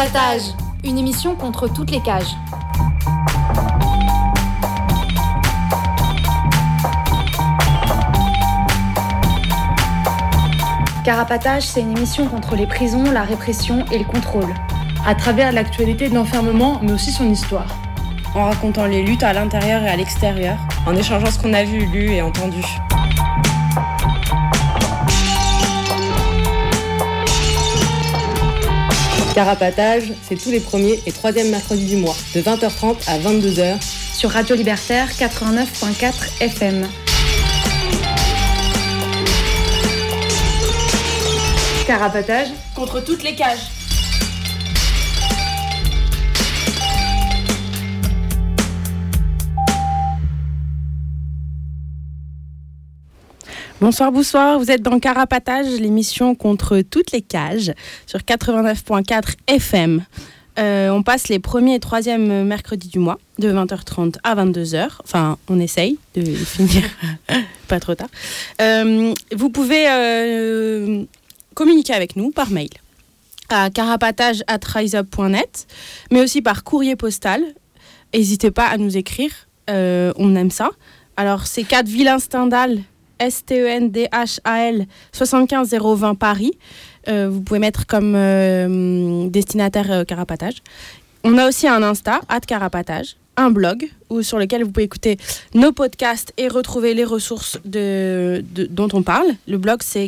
Carapatage, une émission contre toutes les cages. Carapatage, c'est une émission contre les prisons, la répression et le contrôle. À travers l'actualité de l'enfermement, mais aussi son histoire. En racontant les luttes à l'intérieur et à l'extérieur, en échangeant ce qu'on a vu, lu et entendu. Carapatage, c'est tous les premiers et troisièmes mercredis du mois, de 20h30 à 22h, sur Radio Libertaire 89.4 FM. Carapatage contre toutes les cages. Bonsoir, vous êtes dans Carapatage, l'émission contre toutes les cages, sur 89.4 FM. On passe les premiers et troisièmes mercredis du mois, de 20h30 à 22h. Enfin, on essaye de finir pas trop tard. Vous pouvez communiquer avec nous par mail à carapatage@riseup.net, mais aussi par courrier postal. N'hésitez pas à nous écrire, on aime ça. Alors, c'est 4 Villain Stendhal, STENDHAL 75 020 Paris. Vous pouvez mettre comme destinataire Carapatage. On a aussi un Insta, @Carapatage, un blog sur lequel vous pouvez écouter nos podcasts et retrouver les ressources dont on parle. Le blog, c'est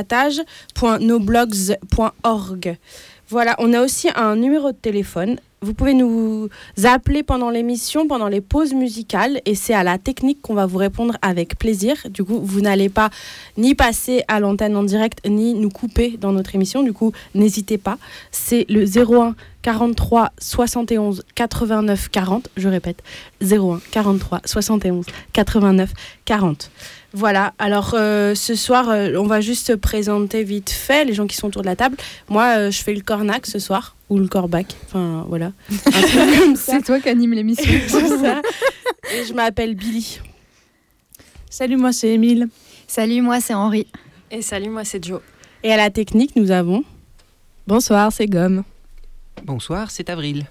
carapatage.noblogs.org. Voilà, on a aussi un numéro de téléphone. Vous pouvez nous appeler pendant l'émission, pendant les pauses musicales, et c'est à la technique qu'on va vous répondre avec plaisir. Du coup, vous n'allez pas ni passer à l'antenne en direct, ni nous couper dans notre émission. Du coup, n'hésitez pas. C'est le 01 43 71 89 40. Je répète, 01 43 71 89 40. Voilà, alors ce soir, on va juste se présenter vite fait, les gens qui sont autour de la table. Moi, je fais le cornac ce soir, ou le corbac, enfin voilà. Un truc comme ça. C'est toi qui anime l'émission. C'est ça. Et je m'appelle Billy. Salut, moi c'est Émile. Salut, moi c'est Henri. Et salut, moi c'est Joe. Et à la technique, nous avons... Bonsoir, c'est Gomme. Bonsoir, c'est Avril.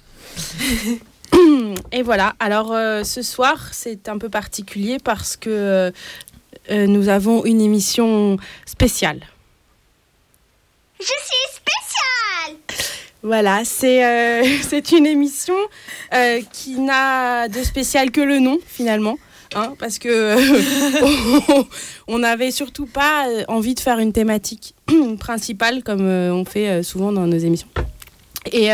Et voilà, alors ce soir, c'est un peu particulier parce que nous avons une émission spéciale. Je suis spéciale! Voilà, c'est une émission qui n'a de spécial que le nom, finalement. Hein, parce que on n'avait surtout pas envie de faire une thématique principale comme on fait souvent dans nos émissions. Et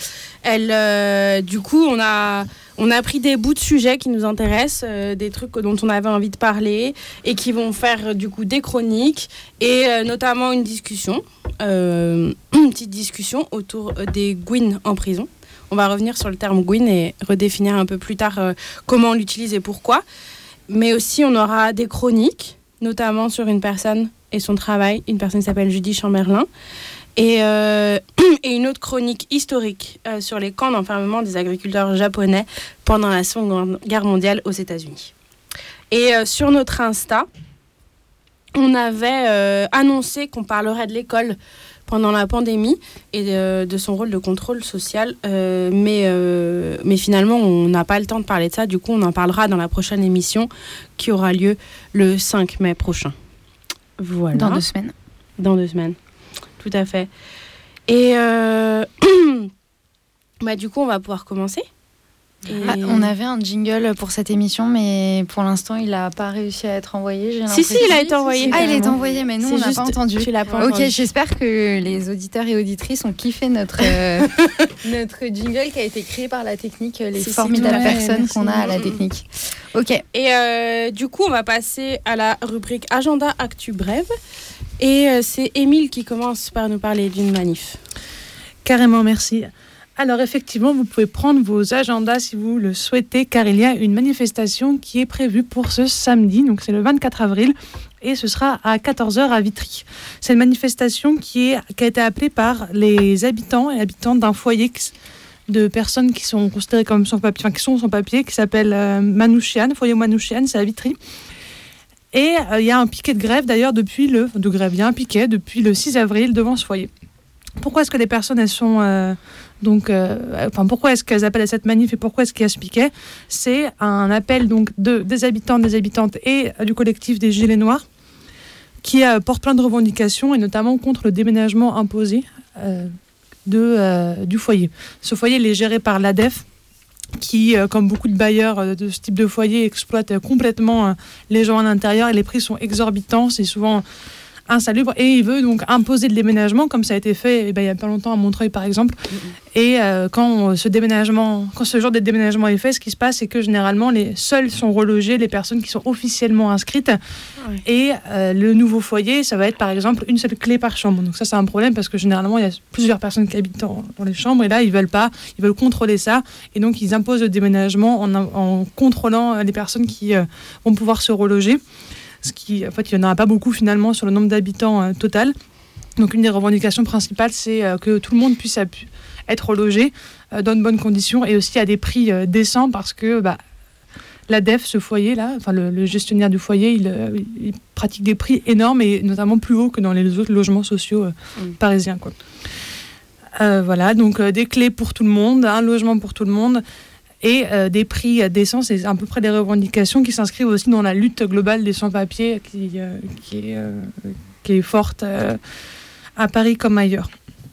du coup, on a pris des bouts de sujets qui nous intéressent, des trucs dont on avait envie de parler et qui vont faire du coup des chroniques et notamment une discussion, une petite discussion autour des Gwyn en prison. On va revenir sur le terme Gwyn et redéfinir un peu plus tard comment on l'utilise et pourquoi. Mais aussi, on aura des chroniques, notamment sur une personne et son travail, une personne qui s'appelle Judy Chamberlain. Et une autre chronique historique sur les camps d'enfermement des agriculteurs japonais pendant la Seconde Guerre mondiale aux États-Unis. Et sur notre Insta, on avait annoncé qu'on parlerait de l'école pendant la pandémie et de son rôle de contrôle social. Mais finalement, on n'a pas le temps de parler de ça. Du coup, on en parlera dans la prochaine émission qui aura lieu le 5 mai prochain. Voilà. Dans 2 semaines. Dans 2 semaines. Tout à fait. Et du coup, on va pouvoir commencer. On avait un jingle pour cette émission, mais pour l'instant, il n'a pas réussi à être envoyé. Si, il a été envoyé. Ah, il a été envoyé, mais nous, on n'a pas entendu. Tu l'as pas entendu. Ok, j'espère que les auditeurs et auditrices ont kiffé notre jingle qui a été créé par la technique, les formidables personnes qu'on a à la technique. Ok. Et du coup, on va passer à la rubrique Agenda Actu Brève. Et c'est Émile qui commence par nous parler d'une manif. Carrément, merci. Alors effectivement, vous pouvez prendre vos agendas si vous le souhaitez, car il y a une manifestation qui est prévue pour ce samedi, donc c'est le 24 avril, et ce sera à 14h à Vitry. C'est une manifestation qui a été appelée par les habitants et habitantes d'un foyer de personnes qui sont considérées comme sans papier, qui sont sans papier, qui s'appelle Manouchian, foyer Manouchian, c'est à Vitry. Et il y a un piquet de grève d'ailleurs depuis il y a un piquet depuis le 6 avril devant ce foyer. Pourquoi est-ce que les personnes, elles sont... pourquoi est-ce qu'elles appellent à cette manif et pourquoi est-ce qu'il y a ce piquet ? C'est un appel donc, des habitants, des habitantes et du collectif des Gilets Noirs qui porte plein de revendications et notamment contre le déménagement imposé du foyer. Ce foyer, il est géré par l'ADEF qui, comme beaucoup de bailleurs de ce type de foyer, exploite complètement les gens à l'intérieur et les prix sont exorbitants, c'est souvent insalubre et il veut donc imposer le déménagement comme ça a été fait il y a pas longtemps à Montreuil par exemple. Et quand ce genre de déménagement est fait, ce qui se passe c'est que généralement les seuls sont relogés les personnes qui sont officiellement inscrites et le nouveau foyer ça va être par exemple une seule clé par chambre, donc ça c'est un problème parce que généralement il y a plusieurs personnes qui habitent dans les chambres et là ils veulent contrôler ça et donc ils imposent le déménagement en contrôlant les personnes qui vont pouvoir se reloger. Il n'y en aura pas beaucoup finalement sur le nombre d'habitants total. Donc une des revendications principales, c'est que tout le monde puisse être relogé dans de bonnes conditions et aussi à des prix décents parce que l'ADEF, ce foyer-là, le gestionnaire du foyer, il pratique des prix énormes et notamment plus hauts que dans les autres logements sociaux parisiens. Donc des clés pour tout le monde, un logement pour tout le monde. Et des prix décents, c'est à peu près des revendications qui s'inscrivent aussi dans la lutte globale des sans-papiers qui est forte à Paris comme ailleurs.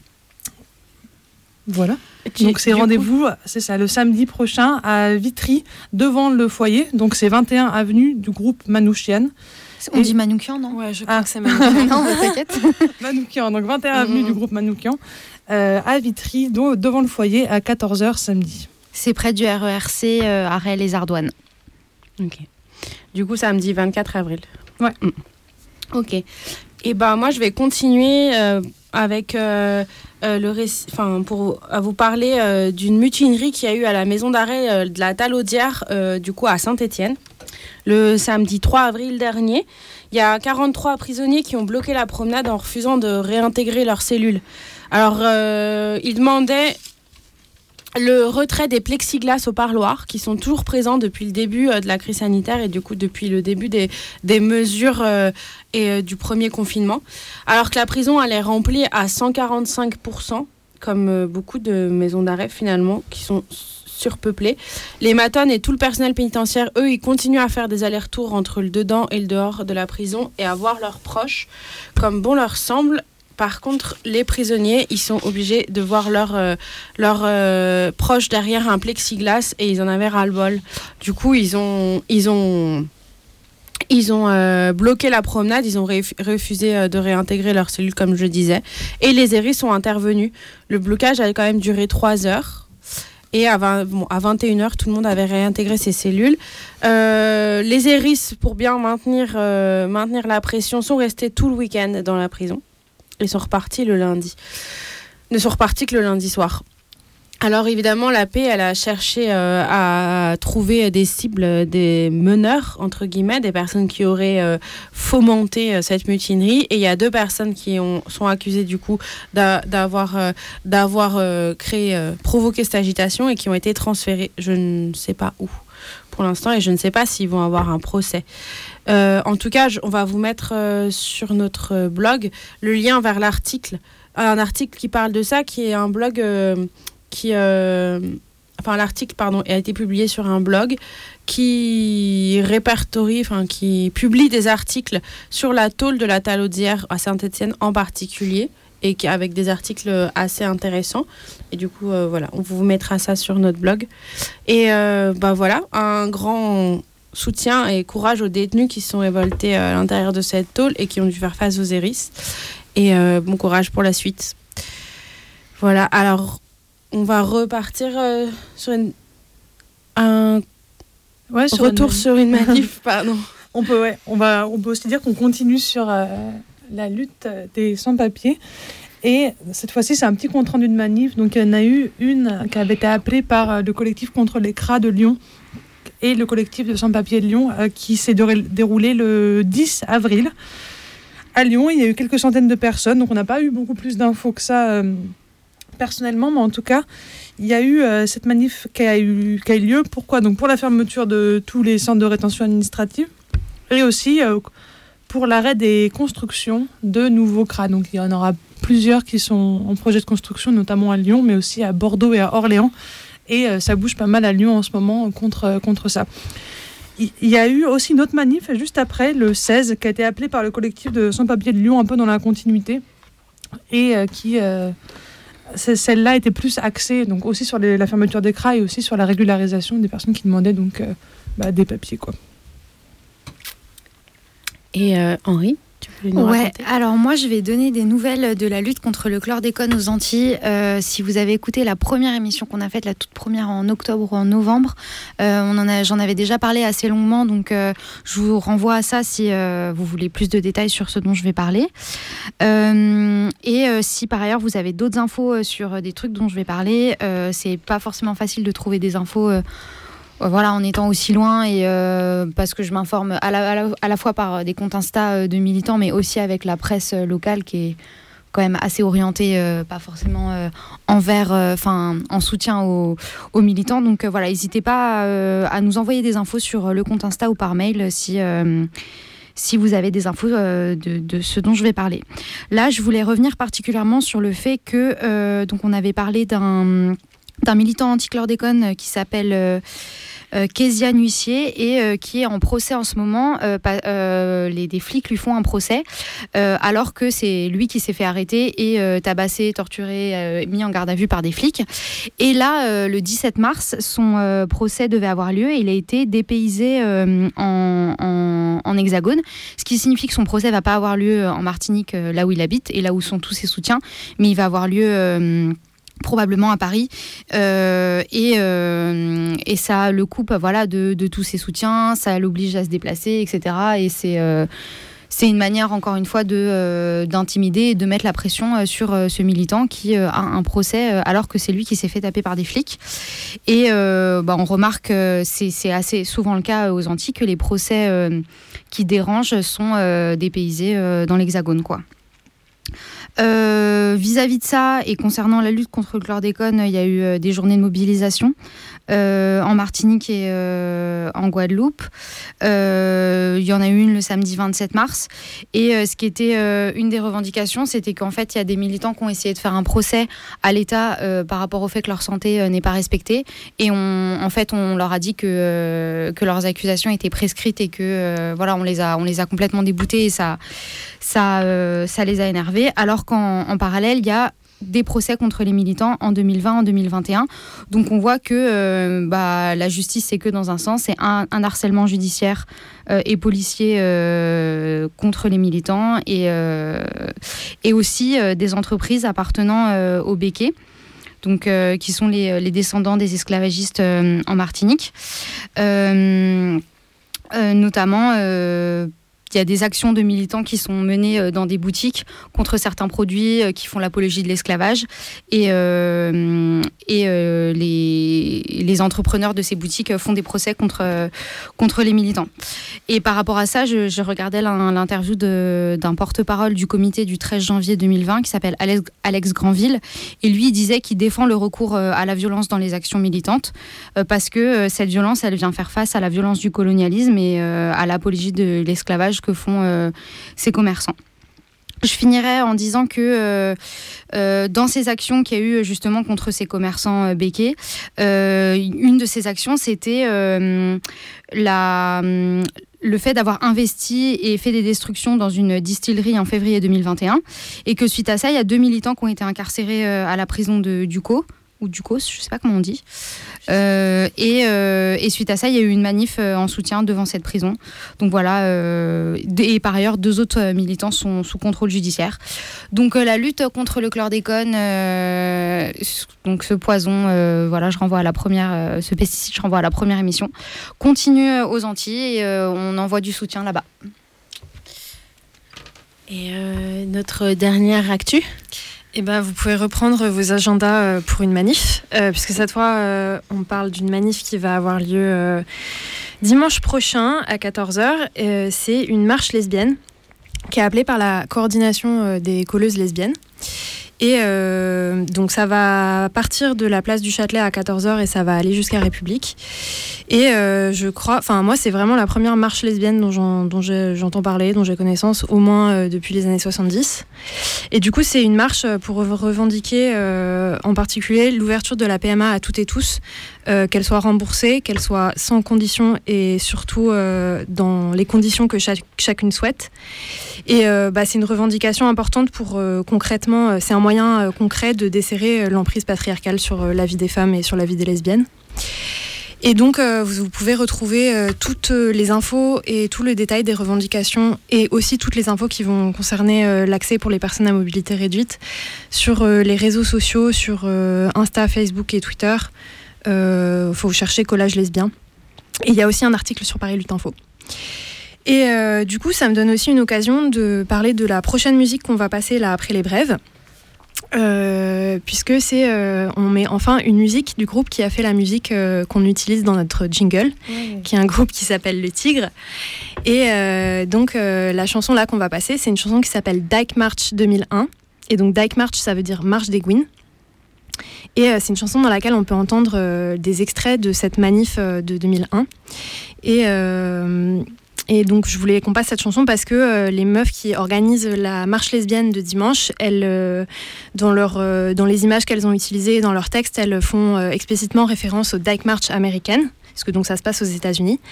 Voilà. Donc c'est rendez-vous, c'est ça, le samedi prochain à Vitry, devant le foyer. Donc c'est 21 avenue du groupe Manouchian. On dit Manoukian, non ? Ouais, je crois que c'est Manoukian. Non, t'inquiète. Manoukian, donc 21 avenue du groupe Manoukian à Vitry, devant le foyer à 14h samedi. C'est près du RERC arrêt Les Ardoines. Ok. Du coup, samedi 24 avril. Ouais. Ok. Et moi, je vais continuer avec le récit, pour vous parler d'une mutinerie qu'il y a eu à la maison d'arrêt de la Talaudière, du coup à Saint-Étienne, le samedi 3 avril dernier. Il y a 43 prisonniers qui ont bloqué la promenade en refusant de réintégrer leurs cellules. Alors, ils demandaient le retrait des plexiglas au parloir qui sont toujours présents depuis le début de la crise sanitaire et du coup depuis le début des mesures et du premier confinement. Alors que la prison elle est remplie à 145%, comme beaucoup de maisons d'arrêt finalement qui sont surpeuplées. Les matones et tout le personnel pénitentiaire, eux, ils continuent à faire des allers-retours entre le dedans et le dehors de la prison et à voir leurs proches comme bon leur semble. Par contre, les prisonniers, ils sont obligés de voir leurs proches derrière un plexiglas et ils en avaient ras-le-bol. Du coup, ils ont bloqué la promenade, ils ont refusé de réintégrer leurs cellules, comme je disais. Et les héris sont intervenus. Le blocage a quand même duré 3 heures. Et à 21h, tout le monde avait réintégré ses cellules. Les héris, pour bien maintenir la pression, sont restés tout le week-end dans la prison. Ils sont repartis le lundi. Ne sont repartis que le lundi soir. Alors évidemment, la paix, elle a cherché à trouver des cibles, des meneurs, entre guillemets, des personnes qui auraient fomenté cette mutinerie. Et il y a 2 personnes qui sont accusées du coup d'avoir provoqué cette agitation et qui ont été transférées, je ne sais pas où pour l'instant, et je ne sais pas s'ils vont avoir un procès. En tout cas, on va vous mettre sur notre blog le lien vers l'article, un article qui parle de ça, qui est un blog l'article a été publié sur un blog qui répertorie, qui publie des articles sur la tôle de la Talaudière à Saint-Étienne en particulier, et avec des articles assez intéressants. Et du coup, on vous mettra ça sur notre blog. Et voilà, un grand soutien et courage aux détenus qui se sont révoltés à l'intérieur de cette tôle et qui ont dû faire face aux héris. Et bon courage pour la suite. Voilà, alors on va repartir sur un retour sur une manif, pardon. On peut aussi dire qu'on continue sur la lutte des sans-papiers. Et cette fois-ci, c'est un petit compte-rendu de manif. Donc, il y en a eu une qui avait été appelée par le collectif contre les CRA de Lyon et le collectif de sans-papiers de Lyon qui s'est déroulée le 10 avril. À Lyon, il y a eu quelques centaines de personnes. Donc, on n'a pas eu beaucoup plus d'infos que ça personnellement. Mais en tout cas, il y a eu cette manif qui a eu lieu. Pourquoi ? Donc, pour la fermeture de tous les centres de rétention administrative et aussi pour l'arrêt des constructions de nouveaux CRA. Donc il y en aura plusieurs qui sont en projet de construction, notamment à Lyon, mais aussi à Bordeaux et à Orléans. Et ça bouge pas mal à Lyon en ce moment contre ça. Il y a eu aussi une autre manif juste après, le 16, qui a été appelée par le collectif de sans-papiers de Lyon, un peu dans la continuité, et celle-là était plus axée donc aussi sur la fermeture des CRA et aussi sur la régularisation des personnes qui demandaient donc des papiers, quoi. Et Henri, tu peux nous raconter ? Alors moi je vais donner des nouvelles de la lutte contre le chlordécone aux Antilles. Si vous avez écouté la première émission qu'on a faite, la toute première en octobre ou en novembre, j'en avais déjà parlé assez longuement, donc je vous renvoie à ça si vous voulez plus de détails sur ce dont je vais parler. Et si par ailleurs vous avez d'autres infos sur des trucs dont je vais parler, c'est pas forcément facile de trouver des infos en étant aussi loin, et parce que je m'informe à la fois par des comptes Insta de militants, mais aussi avec la presse locale qui est quand même assez orientée, pas forcément en soutien aux militants. Donc n'hésitez pas à nous envoyer des infos sur le compte Insta ou par mail si vous avez des infos de ce dont je vais parler. Là, je voulais revenir particulièrement sur le fait que donc on avait parlé d'un militant anti-chlordécone qui s'appelle Kéziane Huissier et qui est en procès en ce moment. Des flics lui font un procès alors que c'est lui qui s'est fait arrêter et tabassé, torturé, mis en garde à vue par des flics. Et là, le 17 mars, son procès devait avoir lieu et il a été dépaysé en Hexagone, ce qui signifie que son procès ne va pas avoir lieu en Martinique, là où il habite et là où sont tous ses soutiens, mais il va avoir lieu probablement à Paris, et ça le coupe de tous ses soutiens, ça l'oblige à se déplacer, etc. Et c'est une manière, encore une fois, d'intimider et de mettre la pression sur ce militant qui a un procès alors que c'est lui qui s'est fait taper par des flics. Et on remarque, c'est assez souvent le cas aux Antilles, que les procès qui dérangent sont dépaysés dans l'Hexagone, quoi. Vis-à-vis de ça et concernant la lutte contre le chlordécone, il y a eu des journées de mobilisation en Martinique et en Guadeloupe. Il y en a eu une le samedi 27 mars. Et ce qui était une des revendications, c'était qu'en fait, il y a des militants qui ont essayé de faire un procès à l'État par rapport au fait que leur santé n'est pas respectée. Et on leur a dit que leurs accusations étaient prescrites et que on les a complètement déboutés, et ça les a énervés. Alors qu'en parallèle, il y a des procès contre les militants en 2020, en 2021. Donc on voit que la justice, c'est que dans un sens, c'est un harcèlement judiciaire et policier contre les militants, et aussi des entreprises appartenant au Béquet, donc qui sont les descendants des esclavagistes en Martinique. Notamment, il y a des actions de militants qui sont menées dans des boutiques contre certains produits qui font l'apologie de l'esclavage, et les entrepreneurs de ces boutiques font des procès contre les militants. Et par rapport à ça, je regardais l'interview d'un porte-parole du comité du 13 janvier 2020 qui s'appelle Alex Granville, et lui il disait qu'il défend le recours à la violence dans les actions militantes parce que cette violence, elle vient faire face à la violence du colonialisme et à l'apologie de l'esclavage que font ces commerçants. Je finirai en disant que dans ces actions qu'il y a eu justement contre ces commerçants béquets, une de ces actions, c'était le fait d'avoir investi et fait des destructions dans une distillerie en février 2021, et que suite à ça, il y a 2 militants qui ont été incarcérés à la prison de Ducos, ou Ducos, je ne sais pas comment on dit. Et suite à ça, il y a eu une manif en soutien devant cette prison. Donc voilà, et par ailleurs, 2 autres militants sont sous contrôle judiciaire. Donc la lutte contre le chlordécone, donc ce poison, je renvoie à la première, ce pesticide, je renvoie à la première émission, continue aux Antilles, et on envoie du soutien là-bas. Et notre dernière actu, vous pouvez reprendre vos agendas pour une manif, puisque cette fois, on parle d'une manif qui va avoir lieu dimanche prochain à 14h. C'est une marche lesbienne qui est appelée par la coordination des colleuses lesbiennes. Et donc ça va partir de la place du Châtelet à 14h et ça va aller jusqu'à République. Et je crois, enfin moi c'est vraiment la première marche lesbienne dont j'entends parler, dont j'ai connaissance, au moins depuis les années 70. Et du coup c'est une marche pour revendiquer en particulier l'ouverture de la PMA à toutes et tous, qu'elle soit remboursée, qu'elle soit sans condition et surtout dans les conditions que chacune souhaite. Et c'est une revendication importante pour concrètement, c'est un moyen concret de desserrer l'emprise patriarcale sur la vie des femmes et sur la vie des lesbiennes. Et donc vous pouvez retrouver toutes les infos et tout le détail des revendications et aussi toutes les infos qui vont concerner l'accès pour les personnes à mobilité réduite sur les réseaux sociaux, sur Insta, Facebook et Twitter. Faut chercher collage lesbien. Et il y a aussi un article sur Paris Lutte Info. Et du coup, ça me donne aussi une occasion de parler de la prochaine musique qu'on va passer là après les brèves. Puisque on met enfin une musique du groupe qui a fait la musique qu'on utilise dans notre jingle, qui est un groupe qui s'appelle Le Tigre. Et donc la chanson là qu'on va passer, c'est une chanson qui s'appelle Dyke March 2001. Et donc Dyke March, ça veut dire marche des Gouines. Et c'est une chanson dans laquelle on peut entendre des extraits de cette manif de 2001. Et donc je voulais qu'on passe cette chanson parce que les meufs qui organisent la marche lesbienne de dimanche, elles, dans les images qu'elles ont utilisées, dans leurs textes, elles font explicitement référence aux Dyke March américaines, parce que donc ça se passe aux États-Unis.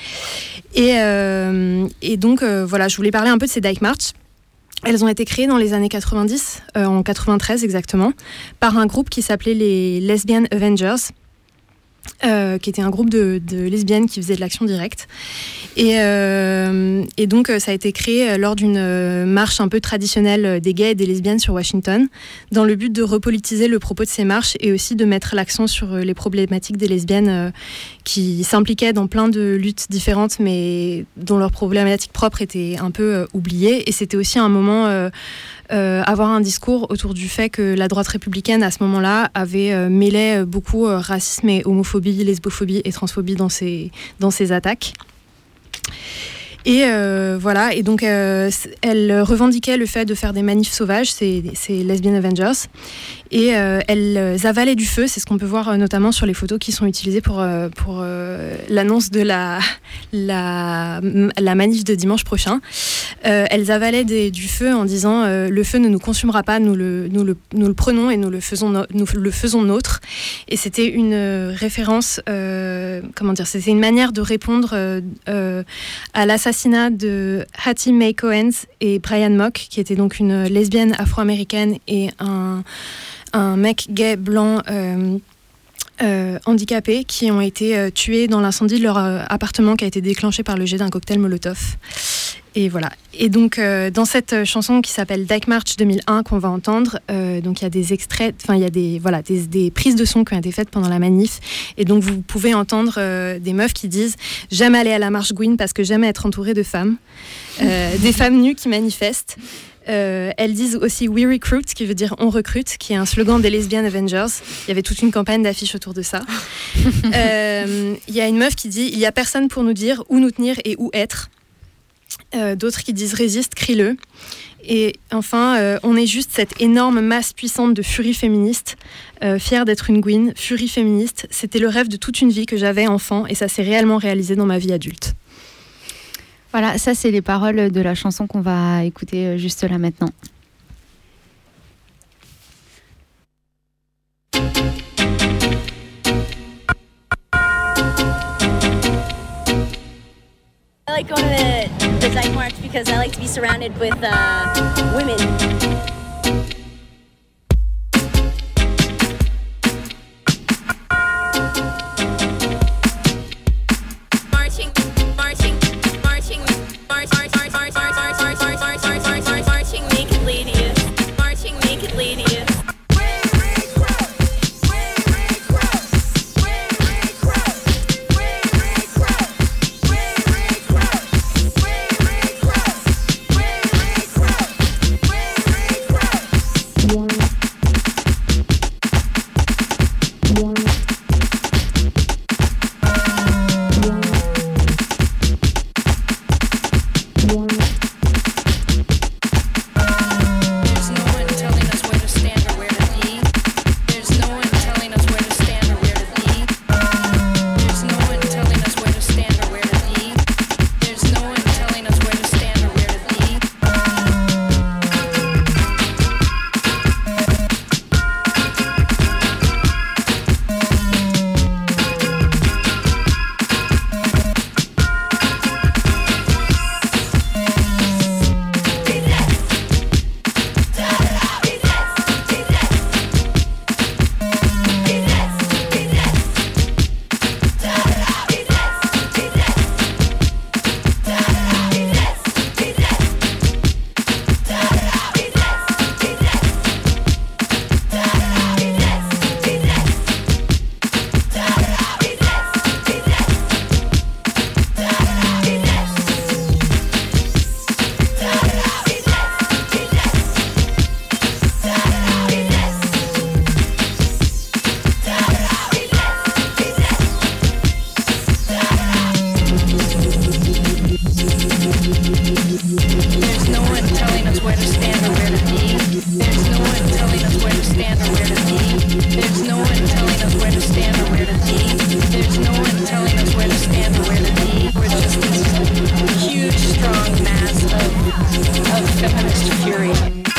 Et donc voilà, je voulais parler un peu de ces Dyke March. Elles ont été créées dans les années 90, en 93 exactement, par un groupe qui s'appelait les Lesbian Avengers, qui était un groupe de lesbiennes qui faisaient de l'action directe. Et donc ça a été créé lors d'une marche un peu traditionnelle des gays et des lesbiennes sur Washington, dans le but de repolitiser le propos de ces marches et aussi de mettre l'accent sur les problématiques des lesbiennes qui s'impliquaient dans plein de luttes différentes mais dont leurs problématiques propres étaient un peu oubliées. Et c'était aussi un moment avoir un discours autour du fait que la droite républicaine à ce moment-là avait mêlé beaucoup racisme et homophobie, lesbophobie et transphobie dans ses attaques. Et voilà, et donc elle revendiquait le fait de faire des manifs sauvages, ces Lesbian Avengers, et elles avalaient du feu, c'est ce qu'on peut voir notamment sur les photos qui sont utilisées pour l'annonce de la manif de dimanche prochain. Elles avalaient du feu en disant le feu ne nous consumera pas, nous le prenons et nous le faisons nôtre. Et c'était une référence, c'était une manière de répondre à l'assassinat de Hattie Mae Cohen et Brian Mock, qui était donc une lesbienne afro-américaine et un mec gay blanc handicapés qui ont été tués dans l'incendie de leur appartement qui a été déclenché par le jet d'un cocktail Molotov. Et voilà. Et donc dans cette chanson qui s'appelle Dyke March 2001 qu'on va entendre, donc il y a des extraits, enfin il y a des prises de son qui ont été faites pendant la manif. Et donc vous pouvez entendre des meufs qui disent « J'aime aller à la marche Gwyn parce que j'aime être entourée de femmes », des femmes nues qui manifestent. Elles disent aussi « We recruit », qui veut dire « on recrute », qui est un slogan des Lesbian Avengers. Il y avait toute une campagne d'affiches autour de ça. Il y a une meuf qui dit « Il n'y a personne pour nous dire où nous tenir et où être ». D'autres qui disent « Résiste, crie-le ». Et enfin, on est juste cette énorme masse puissante de furie féministe, fière d'être une Gwyn, furie féministe. C'était le rêve de toute une vie que j'avais enfant et ça s'est réellement réalisé dans ma vie adulte. Voilà, ça c'est les paroles de la chanson qu'on va écouter juste là maintenant. I like going to the Dyke March because I like to be surrounded with women. There's no one telling us where to stand or where to of feminist fury.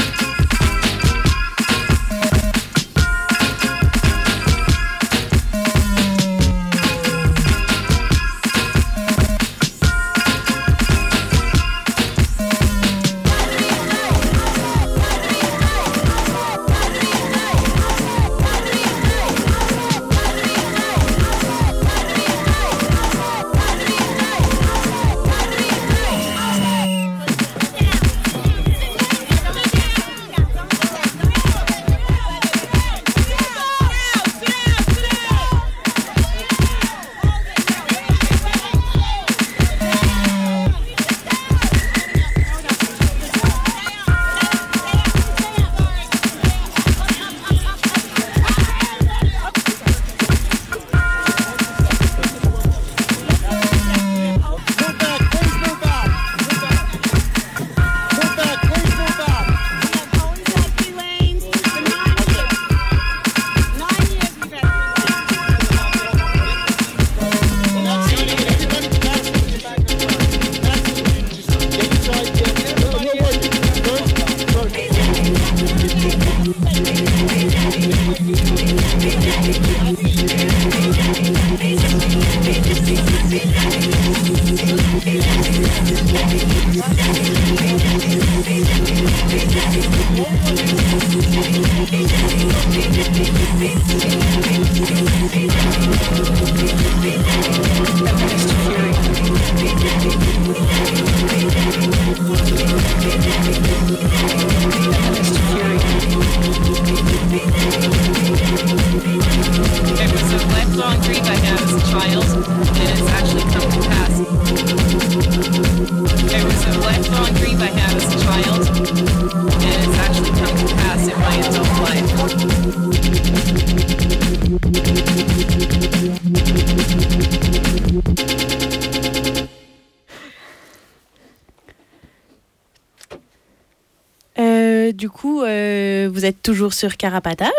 Vous êtes toujours sur Carapatage.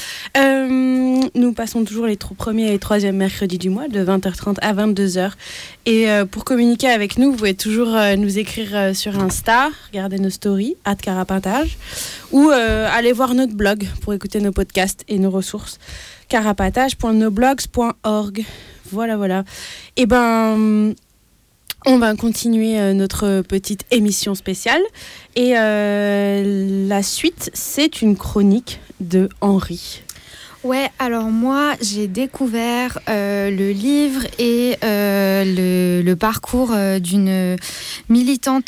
Nous passons toujours les premiers et les troisièmes mercredis du mois de 20h30 à 22h. Et pour communiquer avec nous, vous pouvez toujours nous écrire sur Insta, regarder nos stories, @carapatage, ou aller voir notre blog pour écouter nos podcasts et nos ressources, carapatage.noblogs.org. Voilà. Et on va continuer notre petite émission spéciale. Et la suite, c'est une chronique de Henri. Ouais, alors moi, j'ai découvert le livre et le parcours d'une militante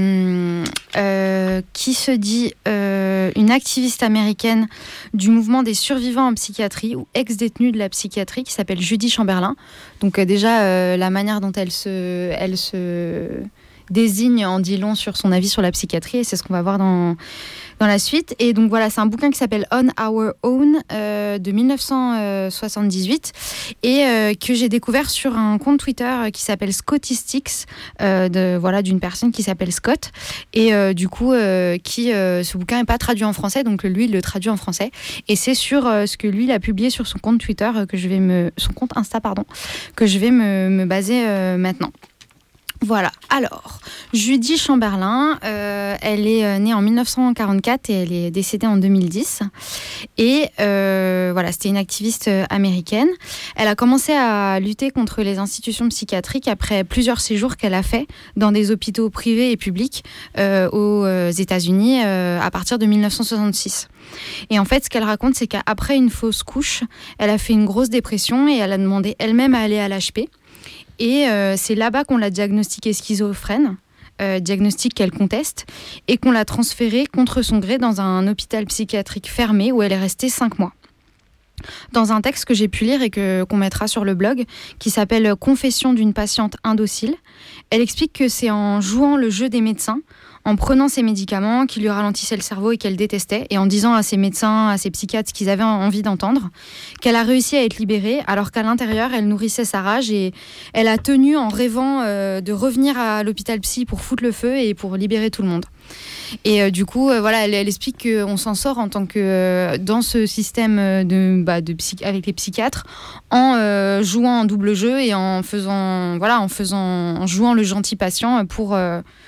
qui se dit une activiste américaine du mouvement des survivants en psychiatrie ou ex-détenus de la psychiatrie qui s'appelle Judy Chamberlain. Donc déjà, la manière dont elle se désigne en dit long sur son avis sur la psychiatrie et c'est ce qu'on va voir dans la suite. Et donc voilà, c'est un bouquin qui s'appelle On Our Own de 1978 et que j'ai découvert sur un compte Twitter qui s'appelle Scottistics d'une personne qui s'appelle Scott et ce bouquin n'est pas traduit en français, donc lui il le traduit en français et c'est sur ce que lui il a publié sur son compte Twitter son compte Insta que je vais me baser maintenant. Voilà, alors, Judy Chamberlain, elle est née en 1944 et elle est décédée en 2010. Et c'était une activiste américaine. Elle a commencé à lutter contre les institutions psychiatriques après plusieurs séjours qu'elle a fait dans des hôpitaux privés et publics aux États-Unis à partir de 1966. Et en fait, ce qu'elle raconte, c'est qu'après une fausse couche, elle a fait une grosse dépression et elle a demandé elle-même à aller à l'HP. Et c'est là-bas qu'on l'a diagnostiquée schizophrène, diagnostic qu'elle conteste, et qu'on l'a transférée contre son gré dans un hôpital psychiatrique fermé où elle est restée 5 mois. Dans un texte que j'ai pu lire et qu'on mettra sur le blog, qui s'appelle « Confession d'une patiente indocile », elle explique que c'est en jouant le jeu des médecins, en prenant ses médicaments qui lui ralentissaient le cerveau et qu'elle détestait, et en disant à ses médecins, à ses psychiatres ce qu'ils avaient envie d'entendre, qu'elle a réussi à être libérée, alors qu'à l'intérieur, elle nourrissait sa rage et elle a tenu en rêvant de revenir à l'hôpital psy pour foutre le feu et pour libérer tout le monde. Et elle explique qu'on s'en sort en tant que dans ce système avec les psychiatres en jouant en double jeu et en jouant le gentil patient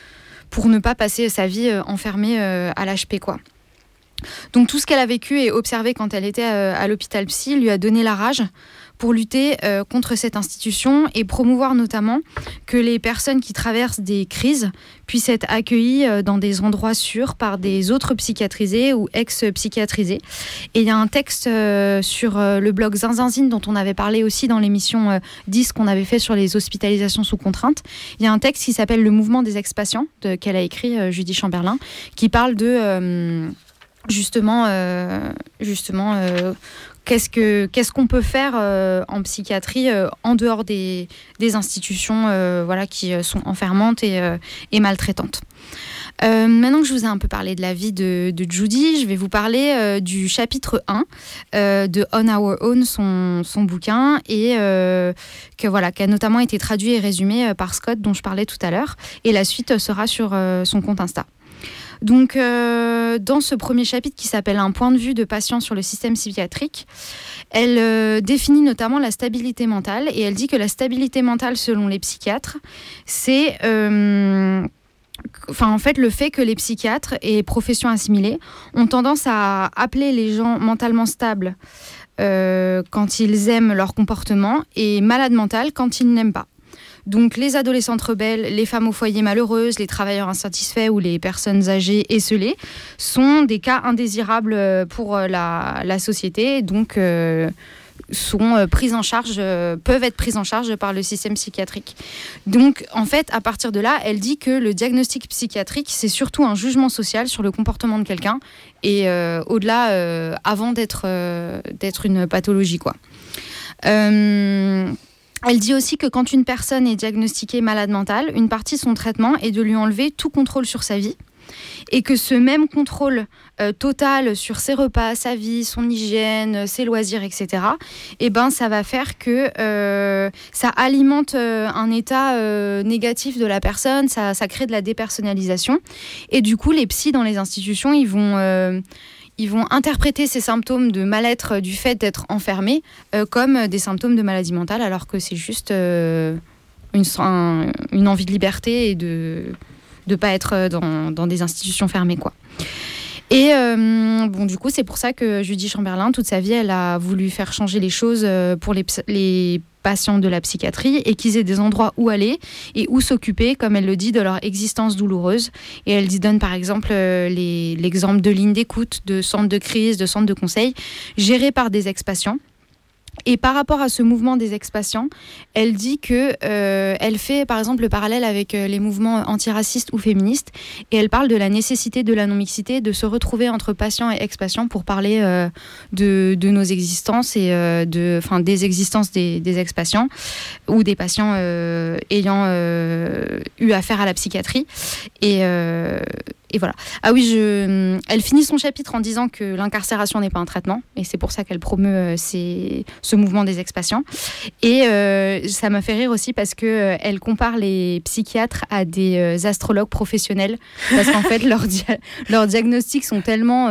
pour ne pas passer sa vie enfermée à l'HP, quoi. Donc tout ce qu'elle a vécu et observé quand elle était à l'hôpital psy lui a donné la rage pour lutter contre cette institution et promouvoir notamment que les personnes qui traversent des crises puissent être accueillies dans des endroits sûrs par des autres psychiatrisés ou ex-psychiatrisés. Et il y a un texte sur le blog Zinzinzine dont on avait parlé aussi dans l'émission 10 qu'on avait fait sur les hospitalisations sous contrainte. Il y a un texte qui s'appelle « Le mouvement des ex-patients » qu'elle a écrit, Judy Chamberlain, qui parle de... Justement, qu'est-ce qu'on peut faire en psychiatrie en dehors des institutions qui sont enfermantes et maltraitantes. Maintenant que je vous ai un peu parlé de la vie de Judy, je vais vous parler du chapitre 1 de On Our Own, son bouquin, et qui a notamment été traduit et résumé par Scott, dont je parlais tout à l'heure. Et la suite sera sur son compte Insta. Donc, dans ce premier chapitre qui s'appelle « Un point de vue de patient sur le système psychiatrique », elle définit notamment la stabilité mentale et elle dit que la stabilité mentale, selon les psychiatres, c'est le fait que les psychiatres et professions assimilées ont tendance à appeler les gens mentalement stables quand ils aiment leur comportement et malades mentales quand ils n'aiment pas. Donc les adolescentes rebelles, les femmes au foyer malheureuses, les travailleurs insatisfaits ou les personnes âgées esseulées sont des cas indésirables pour la société, donc sont prises en charge, peuvent être prises en charge par le système psychiatrique. Donc en fait, à partir de là, elle dit que le diagnostic psychiatrique, c'est surtout un jugement social sur le comportement de quelqu'un et au-delà, avant d'être une pathologie, quoi. Elle dit aussi que quand une personne est diagnostiquée malade mentale, une partie de son traitement est de lui enlever tout contrôle sur sa vie et que ce même contrôle total sur ses repas, sa vie, son hygiène, ses loisirs, etc., ça va faire que ça alimente un état négatif de la personne, ça crée de la dépersonnalisation. Et du coup, les psys dans les institutions, ils vont interpréter ces symptômes de mal-être du fait d'être enfermés comme des symptômes de maladie mentale, alors que c'est juste une envie de liberté et de ne pas être dans des institutions fermées, quoi. Et du coup, c'est pour ça que Judy Chamberlain, toute sa vie, elle a voulu faire changer les choses pour les patients de la psychiatrie et qu'ils aient des endroits où aller et où s'occuper, comme elle le dit, de leur existence douloureuse. Et elle donne par exemple l'exemple de lignes d'écoute, de centres de crise, de centres de conseil, gérés par des ex-patients. Et par rapport à ce mouvement des ex-patients, elle dit que elle fait par exemple le parallèle avec les mouvements antiracistes ou féministes et elle parle de la nécessité de la non-mixité, de se retrouver entre patients et ex-patients pour parler de nos existences et des existences des ex-patients ou des patients ayant eu affaire à la psychiatrie. Et voilà. Ah oui, elle finit son chapitre en disant que l'incarcération n'est pas un traitement, et c'est pour ça qu'elle promeut ce mouvement des ex-patients. Et ça m'a fait rire aussi parce qu'elle compare les psychiatres à des astrologues professionnels, parce qu'en fait, leurs diagnostics sont tellement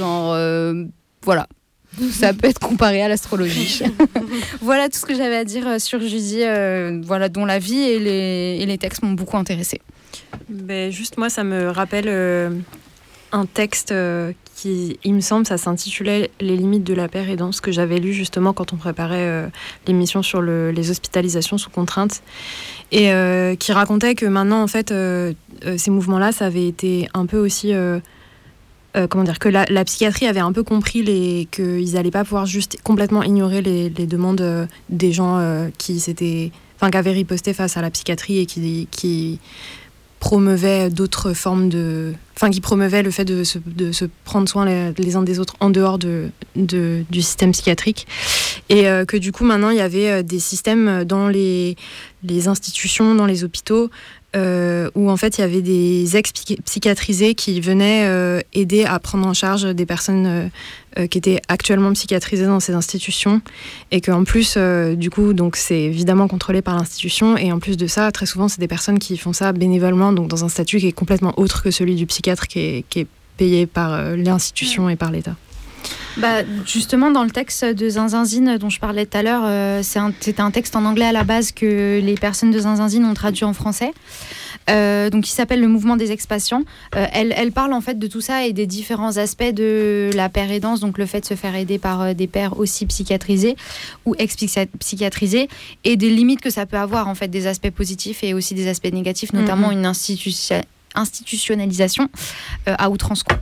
voilà. Ça peut être comparé à l'astrologie. Voilà tout ce que j'avais à dire sur Judy, dont la vie et les textes m'ont beaucoup intéressée. Juste moi, ça me rappelle un texte qui, il me semble, ça s'intitulait « Les limites de la paix aidance », que j'avais lu justement quand on préparait l'émission sur les hospitalisations sous contrainte, et qui racontait que maintenant, en fait, ces mouvements-là, ça avait été un peu aussi... que la psychiatrie avait un peu compris qu'ils n'allaient pas pouvoir juste complètement ignorer les demandes des gens qui avaient riposté face à la psychiatrie et qui promeuvait d'autres formes qui promeuvait le fait de se prendre soin les uns des autres en dehors du système psychiatrique, et que du coup maintenant il y avait des systèmes dans les institutions, dans les hôpitaux, où en fait il y avait des ex-psychiatrisés qui venaient aider à prendre en charge des personnes qui étaient actuellement psychiatrisées dans ces institutions, et qu'en plus du coup donc c'est évidemment contrôlé par l'institution, et en plus de ça très souvent c'est des personnes qui font ça bénévolement, donc dans un statut qui est complètement autre que celui du psychiatre qui est payé par l'institution et par l'État. Justement, dans le texte de Zinzinzine dont je parlais tout à l'heure, c'était un texte en anglais à la base que les personnes de Zinzinzine ont traduit en français. Donc, il s'appelle Le mouvement des ex-patients. Elle parle en fait de tout ça et des différents aspects de la pair-aidance, donc le fait de se faire aider par des pairs aussi psychiatrisés ou ex-psychiatrisés, et des limites que ça peut avoir, en fait, des aspects positifs et aussi des aspects négatifs, notamment une institutionnalisation à outrance, quoi.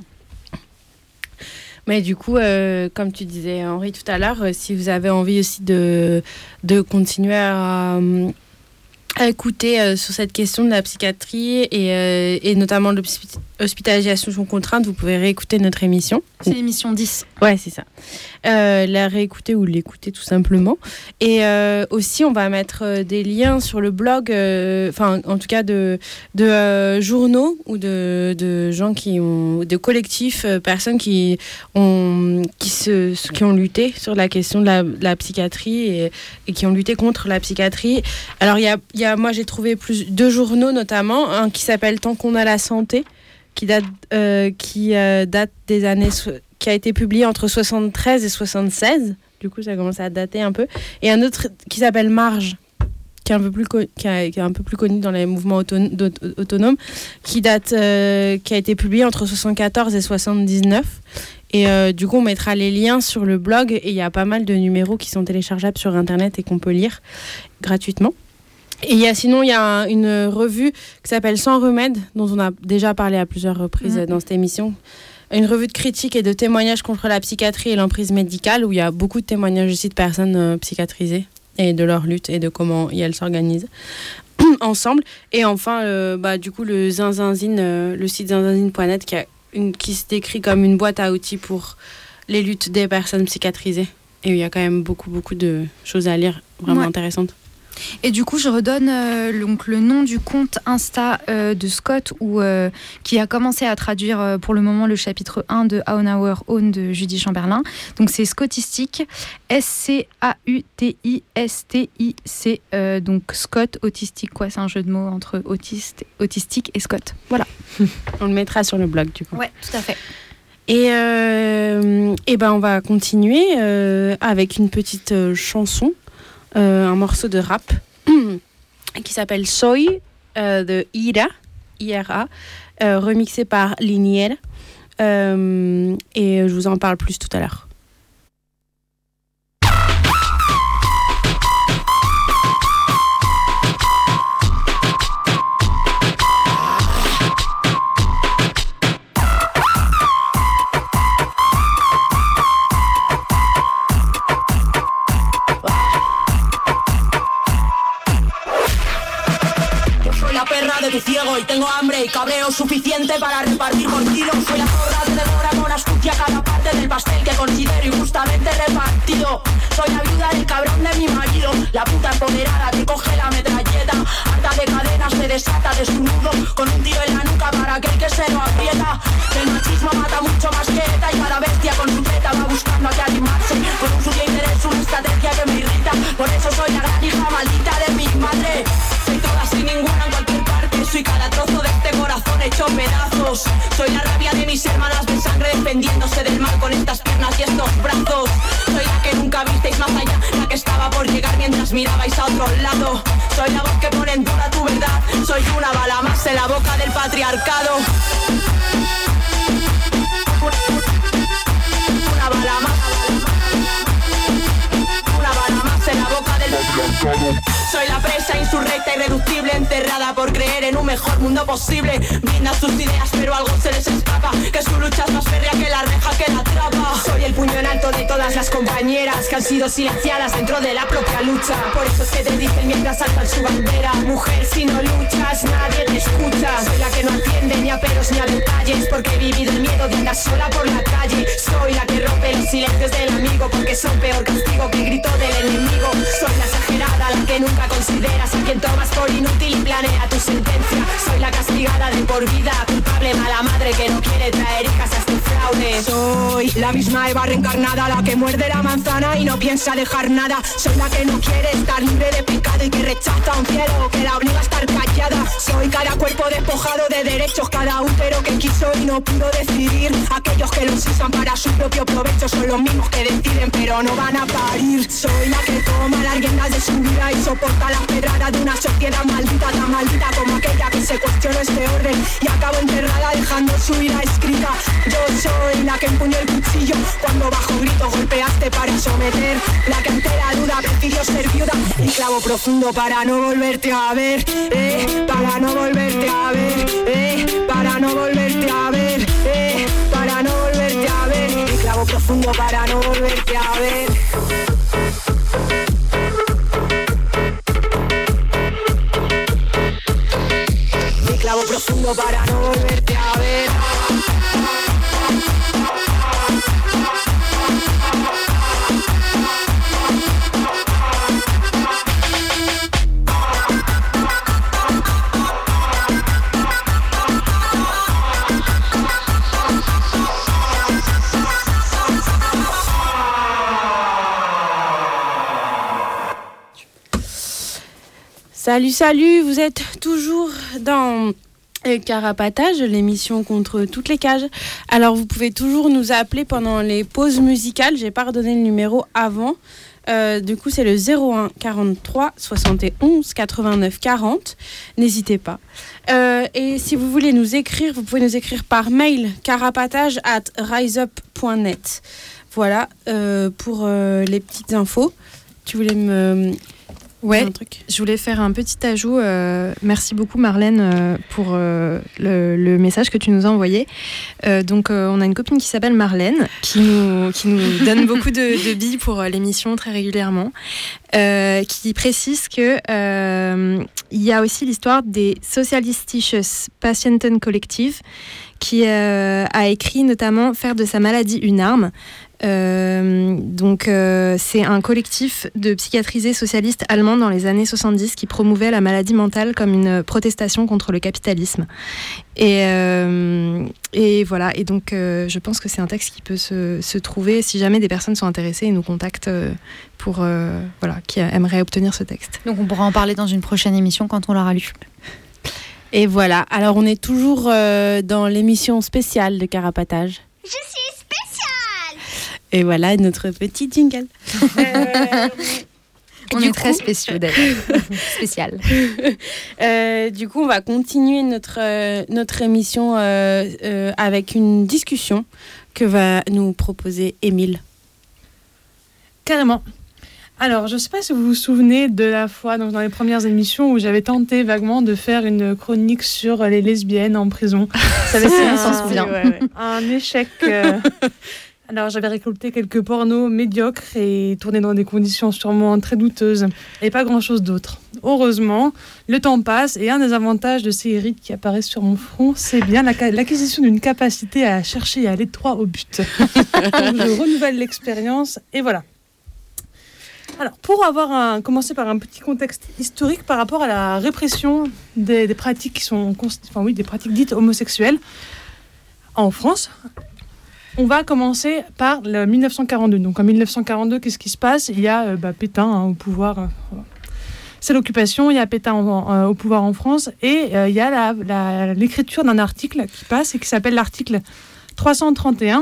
Mais du coup, comme tu disais, Henri, tout à l'heure, si vous avez envie aussi de continuer à écouter sur cette question de la psychiatrie et notamment de l'hospitalisation contrainte, vous pouvez réécouter notre émission. C'est l'émission 10. Ouais, c'est ça. La réécouter ou l'écouter tout simplement. Et aussi, on va mettre des liens sur le blog, en tout cas de journaux ou de gens qui ont, de collectifs, personnes qui ont lutté sur la question de la psychiatrie et qui ont lutté contre la psychiatrie. Alors, moi, j'ai trouvé deux journaux notamment, un qui s'appelle Tant qu'on a la santé, qui date des années, qui a été publié entre 73 et 76. Du coup, ça commence à dater un peu. Et un autre qui s'appelle Marge, qui est un peu plus connu dans les mouvements autonomes, qui a été publié entre 74 et 79. Et du coup, on mettra les liens sur le blog. Et il y a pas mal de numéros qui sont téléchargeables sur Internet et qu'on peut lire gratuitement. Et sinon, il y a une revue qui s'appelle Sans remède, dont on a déjà parlé à plusieurs reprises dans cette émission. Une revue de critique et de témoignages contre la psychiatrie et l'emprise médicale, où il y a beaucoup de témoignages aussi de personnes psychiatrisées et de leur lutte et de comment elles s'organisent ensemble. Et enfin, du coup, le Zinzinzine, le site zinzinzine.net qui se décrit comme une boîte à outils pour les luttes des personnes psychiatrisées. Et il y a quand même beaucoup de choses à lire vraiment intéressantes. Et du coup, je redonne donc le nom du compte Insta de Scott qui a commencé à traduire pour le moment le chapitre 1 de On Our Own de Judy Chamberlain. Donc c'est Scottistic, SCAUTISTIC, donc Scott, autistique, quoi, c'est un jeu de mots entre autistique et Scott. Voilà. On le mettra sur le blog du coup. Ouais, tout à fait. Et on va continuer avec une petite chanson. Un morceau de rap qui s'appelle Soy de IRA, remixé par Linier. Et je vous en parle plus tout à l'heure. Y tengo hambre y cabreo suficiente para repartir por kilos. Soy la zorra que devora con astucia cada parte del pastel que considero injustamente repartido. Soy la viuda del cabrón de mi marido, la puta empoderada que coge la metralleta. Harta de cadenas me desata desnudo, con un tiro en la nuca para aquel que se lo aprieta. El machismo mata mucho más que ETA y cada bestia con su teta va buscando a que animarse. Con un sucio interés, una estrategia que me irrita. Por eso soy la gran hija maldita de mi madre. Soy todas sin ninguna en cualquier parte. Soy cada trozo de este corazón hecho pedazos. Soy la rabia de mis hermanas de sangre defendiéndose del mal con estas piernas y estos brazos. Soy la que nunca visteis más allá, la que estaba por llegar mientras mirabais a otro lado. Soy la voz que pone en duda tu verdad. Soy una bala más en la boca del patriarcado. Una bala más. Una bala más en la boca del patriarcado. Soy la presa insurrecta, irreductible, enterrada por creer en un mejor mundo posible. Brindan sus ideas, pero algo se les escapa, que su lucha es más férrea que la reja que la trapa. Soy el puño en alto de todas las compañeras que han sido silenciadas dentro de la propia lucha. Por eso es que te dicen mientras saltan su bandera: mujer, si no luchas, nadie te escucha. Soy la que no atiende ni a peros ni a detalles, porque he vivido el miedo de andar sola por la calle. Soy la que rompe los silencios del amigo, porque son peor castigo que el grito del enemigo. Soy la exagerada, la que nunca consideras, a quien tomas por inútil y planea tu sentencia. Soy la castigada de por vida, culpable, mala madre que no quiere traer hijas a este fraude. Soy La misma Eva reencarnada, la que muerde la manzana y no piensa dejar nada. Soy la que no quiere estar libre de pecado y que rechaza un cielo que la obliga a estar callada. Soy cada cuerpo despojado de derechos, cada útero que quiso y no pudo decidir. Aquellos que los usan para su propio provecho son los mismos que deciden pero no van a parir. Soy la que toma las riendas de su vida y soporta las pedradas de una sociedad maldita, tan maldita como aquella que se cuestionó este orden y acabó enterrada dejando su ira escrita. Yo soy la que empuñó el cuchillo cuando bajo grito golpeaste para someter, la que ante la duda prefirió ser viuda y clavo profundo para no volverte a ver, para no volverte a ver, para no volverte a ver, para no volverte a ver, y clavo profundo para no volverte a ver. Y clavo profundo para no volverte a ver. Salut, vous êtes toujours dans Carapatage, l'émission contre toutes les cages. Alors vous pouvez toujours nous appeler pendant les pauses musicales, j'ai pas redonné le numéro avant. Du coup c'est le 01 43 71 89 40, n'hésitez pas. Et si vous voulez nous écrire, vous pouvez nous écrire par mail carapatage@riseup.net. Voilà pour les petites infos. Tu voulais me... Ouais, je voulais faire un petit ajout. Merci beaucoup Marlène pour le message que tu nous as envoyé. Donc on a une copine qui s'appelle Marlène qui nous donne beaucoup de billes pour l'émission très régulièrement, qui précise que il y a aussi l'histoire des Sozialistisches Patienten Kollektiv qui a écrit notamment Faire de sa maladie une arme. C'est un collectif de psychiatrisés socialistes allemands dans les années 70 qui promouvait la maladie mentale comme une protestation contre le capitalisme. Et voilà. Et donc, je pense que c'est un texte qui peut se trouver si jamais des personnes sont intéressées et nous contactent qui aimeraient obtenir ce texte. Donc, on pourra en parler dans une prochaine émission quand on l'aura lu. Et voilà. Alors, on est toujours dans l'émission spéciale de Carapatage. Je suis spéciale. Et voilà notre petit jingle. On est très spéciaux d'ailleurs. Spécial. Du coup, on va continuer notre émission avec une discussion que va nous proposer Émile. Carrément. Alors, je ne sais pas si vous vous souvenez de la fois dans les premières émissions où j'avais tenté vaguement de faire une chronique sur les lesbiennes en prison. Ça avait été un échec. Alors, j'avais récolté quelques pornos médiocres et tourné dans des conditions sûrement très douteuses et pas grand-chose d'autre. Heureusement, le temps passe et un des avantages de ces rides qui apparaissent sur mon front, c'est bien l'acquisition d'une capacité à chercher et à aller droit au but. Donc, je renouvelle l'expérience et voilà. Alors, pour commencer par un petit contexte historique par rapport à la répression des pratiques qui sont, des pratiques dites homosexuelles en France. On va commencer par le 1942. Donc en 1942, qu'est-ce qui se passe ? Il y a Pétain au pouvoir. C'est l'occupation, il y a Pétain au pouvoir en France. Et il y a l'écriture d'un article qui passe et qui s'appelle l'article 331,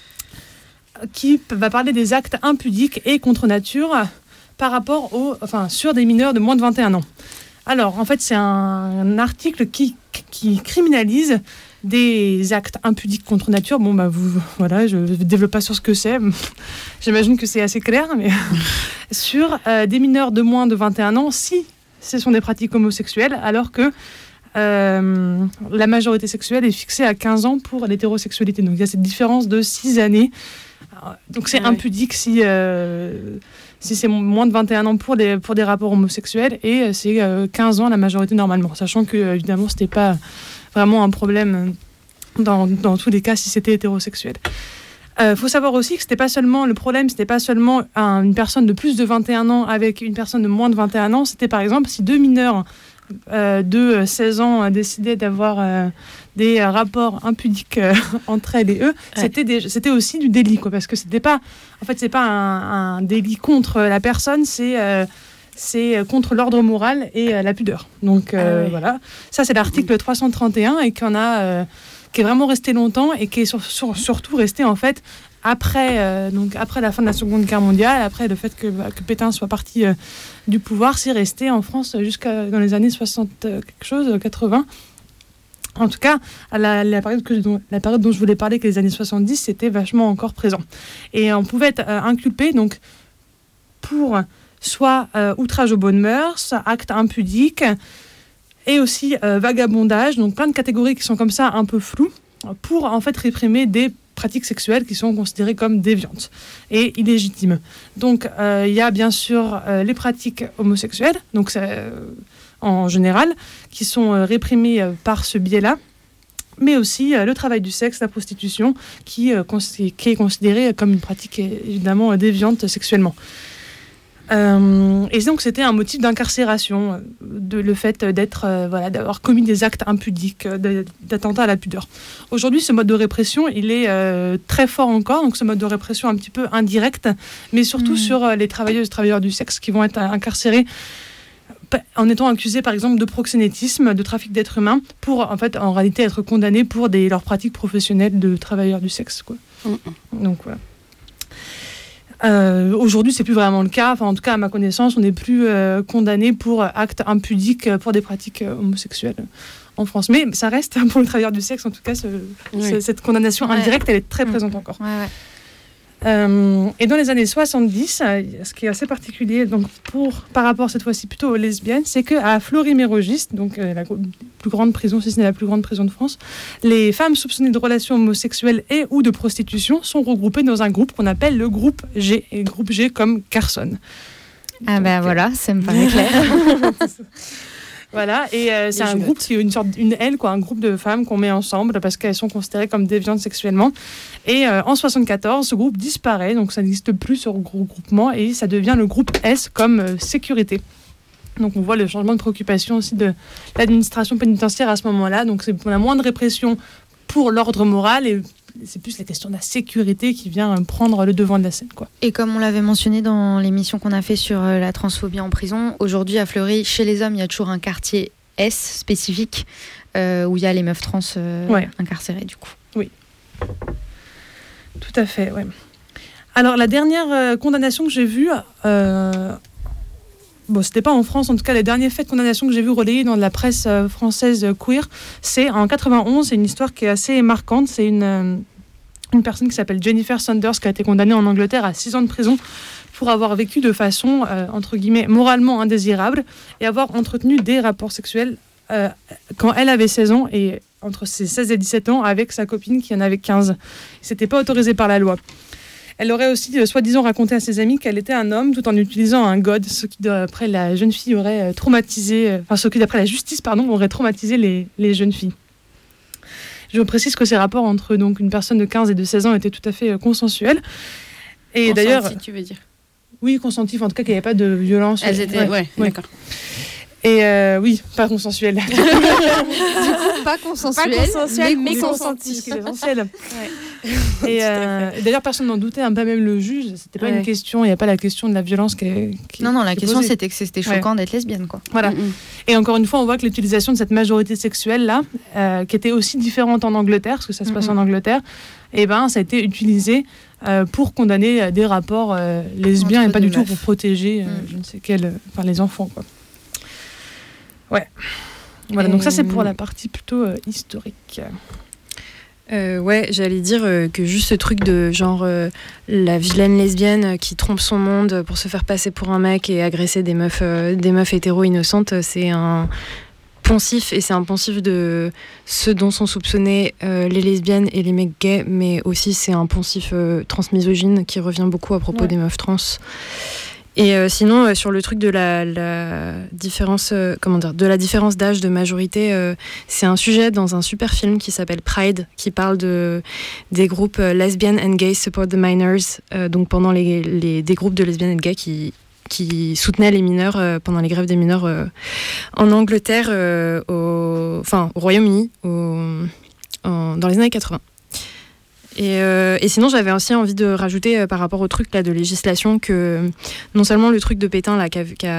qui va parler des actes impudiques et contre nature par rapport sur des mineurs de moins de 21 ans. Alors, en fait, c'est un article qui criminalise des actes impudiques contre nature. Bon, je ne développe pas sur ce que c'est. J'imagine que c'est assez clair, mais sur des mineurs de moins de 21 ans, si ce sont des pratiques homosexuelles, alors que la majorité sexuelle est fixée à 15 ans pour l'hétérosexualité. Donc, il y a cette différence de 6 années. Donc, c'est impudique si c'est moins de 21 ans pour des rapports homosexuels et c'est 15 ans la majorité normalement. Sachant que, évidemment, ce n'était pas vraiment un problème dans tous les cas si c'était hétérosexuel. Faut savoir aussi que le problème, c'était pas seulement une personne de plus de 21 ans avec une personne de moins de 21 ans, c'était par exemple si deux mineurs de 16 ans décidaient d'avoir des rapports impudiques entre elles et eux, c'était aussi du délit, quoi, parce que c'est pas un délit contre la personne, c'est contre l'ordre moral et la pudeur. Donc voilà, ça c'est l'article 331 et qui est vraiment resté longtemps et qui est surtout resté en fait après la fin de la Seconde Guerre mondiale, après le fait que Pétain soit parti du pouvoir, c'est resté en France jusqu'à dans les années 80. En tout cas, la période dont je voulais parler, que les années 70, c'était vachement encore présent. Et on pouvait être inculpé donc, pour soit outrage aux bonnes mœurs, acte impudique, et aussi vagabondage, donc plein de catégories qui sont comme ça un peu floues, pour en fait réprimer des pratiques sexuelles qui sont considérées comme déviantes et illégitimes. Donc il y a bien sûr les pratiques homosexuelles, donc en général, qui sont réprimées par ce biais-là, mais aussi le travail du sexe, la prostitution, qui est considérée comme une pratique évidemment déviante sexuellement. Et donc c'était un motif d'incarcération, le fait d'avoir commis des actes impudiques, d'attentat à la pudeur. Aujourd'hui, ce mode de répression, il est très fort encore, donc ce mode de répression un petit peu indirect, mais surtout sur les travailleuses et travailleurs du sexe qui vont être incarcérés en étant accusés par exemple de proxénétisme, de trafic d'êtres humains, pour en réalité être condamnés pour leurs pratiques professionnelles de travailleurs du sexe, quoi. Donc voilà. Aujourd'hui, c'est plus vraiment le cas. Enfin, en tout cas, à ma connaissance, on n'est plus condamné pour actes impudiques pour des pratiques homosexuelles en France. Mais ça reste, pour le travailleur du sexe, en tout cas, cette condamnation indirecte, elle est très présente encore. Et dans les années 70, ce qui est assez particulier, donc par rapport cette fois-ci plutôt aux lesbiennes, c'est qu'à Fleury-Mérogis, donc la plus grande prison, si ce n'est la plus grande prison de France, les femmes soupçonnées de relations homosexuelles et ou de prostitution sont regroupées dans un groupe qu'on appelle le groupe G, et groupe G comme Carson. Ah ben voilà, ça me paraît clair. Voilà, et c'est un groupe qui est une aile, quoi, un groupe de femmes qu'on met ensemble parce qu'elles sont considérées comme déviantes sexuellement. Et en 74, ce groupe disparaît, donc ça n'existe plus ce regroupement et ça devient le groupe S comme sécurité. Donc on voit le changement de préoccupation aussi de l'administration pénitentiaire à ce moment-là. Donc on a moins de répression pour l'ordre moral et c'est plus la question de la sécurité qui vient prendre le devant de la scène, quoi. Et comme on l'avait mentionné dans l'émission qu'on a fait sur la transphobie en prison, aujourd'hui à Fleury, chez les hommes, il y a toujours un quartier S spécifique où il y a les meufs trans incarcérées, du coup. Oui, tout à fait, ouais. Alors la dernière condamnation que j'ai vue, c'était pas en France, en tout cas, les derniers faits de condamnation que j'ai vus relayés dans la presse française queer, c'est en 91, c'est une histoire qui est assez marquante, c'est une personne qui s'appelle Jennifer Saunders qui a été condamnée en Angleterre à 6 ans de prison pour avoir vécu de façon, entre guillemets, moralement indésirable et avoir entretenu des rapports sexuels quand elle avait 16 ans et entre ses 16 et 17 ans avec sa copine qui en avait 15. C'était pas autorisé par la loi. Elle aurait aussi, soi-disant, raconté à ses amis qu'elle était un homme tout en utilisant un god, ce qui, d'après la jeune fille, aurait traumatisé... ce qui, d'après la justice, aurait traumatisé les jeunes filles. Je précise que ces rapports entre donc, une personne de 15 et de 16 ans étaient tout à fait consensuels. Et d'ailleurs, tu veux dire? Oui, consentif, en tout cas qu'il n'y avait pas de violence. Elles étaient... Ouais, d'accord. Et oui, pas consensuel. Du coup, pas consensuel, mais consentif. C'est essentiel. Et d'ailleurs, personne n'en doutait, pas même le juge. C'était pas une question, il n'y a pas la question de la violence qui Non, la question c'était que c'était choquant d'être lesbienne, quoi. Voilà. Et encore une fois, on voit que l'utilisation de cette majorité sexuelle-là, qui était aussi différente en Angleterre, parce que ça se passe en Angleterre, ça a été utilisé pour condamner des rapports lesbiens et pas du tout pour protéger je ne sais les enfants, quoi. Ouais. Voilà, donc ça c'est pour la partie plutôt historique. J'allais dire que juste ce truc de genre la vilaine lesbienne qui trompe son monde pour se faire passer pour un mec et agresser des meufs hétéro innocentes, c'est un poncif, et c'est un poncif de ce dont sont soupçonnés les lesbiennes et les mecs gays, mais aussi c'est un poncif transmisogyne qui revient beaucoup à propos des meufs trans. Et sinon, sur le truc de la différence, de la différence d'âge de majorité, c'est un sujet dans un super film qui s'appelle Pride, qui parle des groupes Lesbian and Gay Support the Minors, donc pendant des groupes de lesbiennes et de gays qui qui soutenait les mineurs pendant les grèves des mineurs en Angleterre, au Royaume-Uni, dans les années 80. Et sinon, j'avais aussi envie de rajouter par rapport au truc là, de législation que non seulement le truc de Pétain là,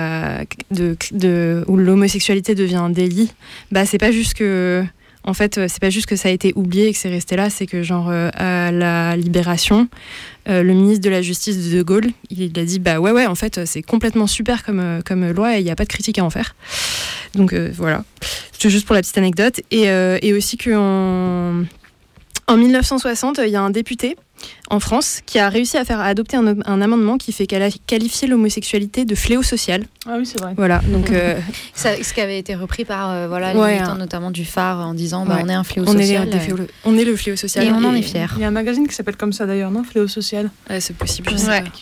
où l'homosexualité devient un délit, c'est pas juste que... En fait, c'est pas juste que ça a été oublié et que c'est resté là, c'est que genre à la Libération, le ministre de la Justice de Gaulle, il a dit ouais, en fait, c'est complètement super comme loi et il n'y a pas de critique à en faire. Donc voilà, c'est juste pour la petite anecdote. Et aussi qu'en 1960, il y a un député en France qui a réussi à faire adopter un amendement qui fait qualifier l'homosexualité de fléau social. Ah oui, c'est vrai. Voilà, donc ce qui avait été repris par les militants notamment du Phare en disant on est un fléau social. On est le fléau social et on en est fiers. Il y a un magazine qui s'appelle comme ça d'ailleurs, non, Fléau social. Ouais, c'est possible. Je sais pas. Qui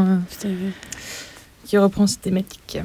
reprend cette thématique.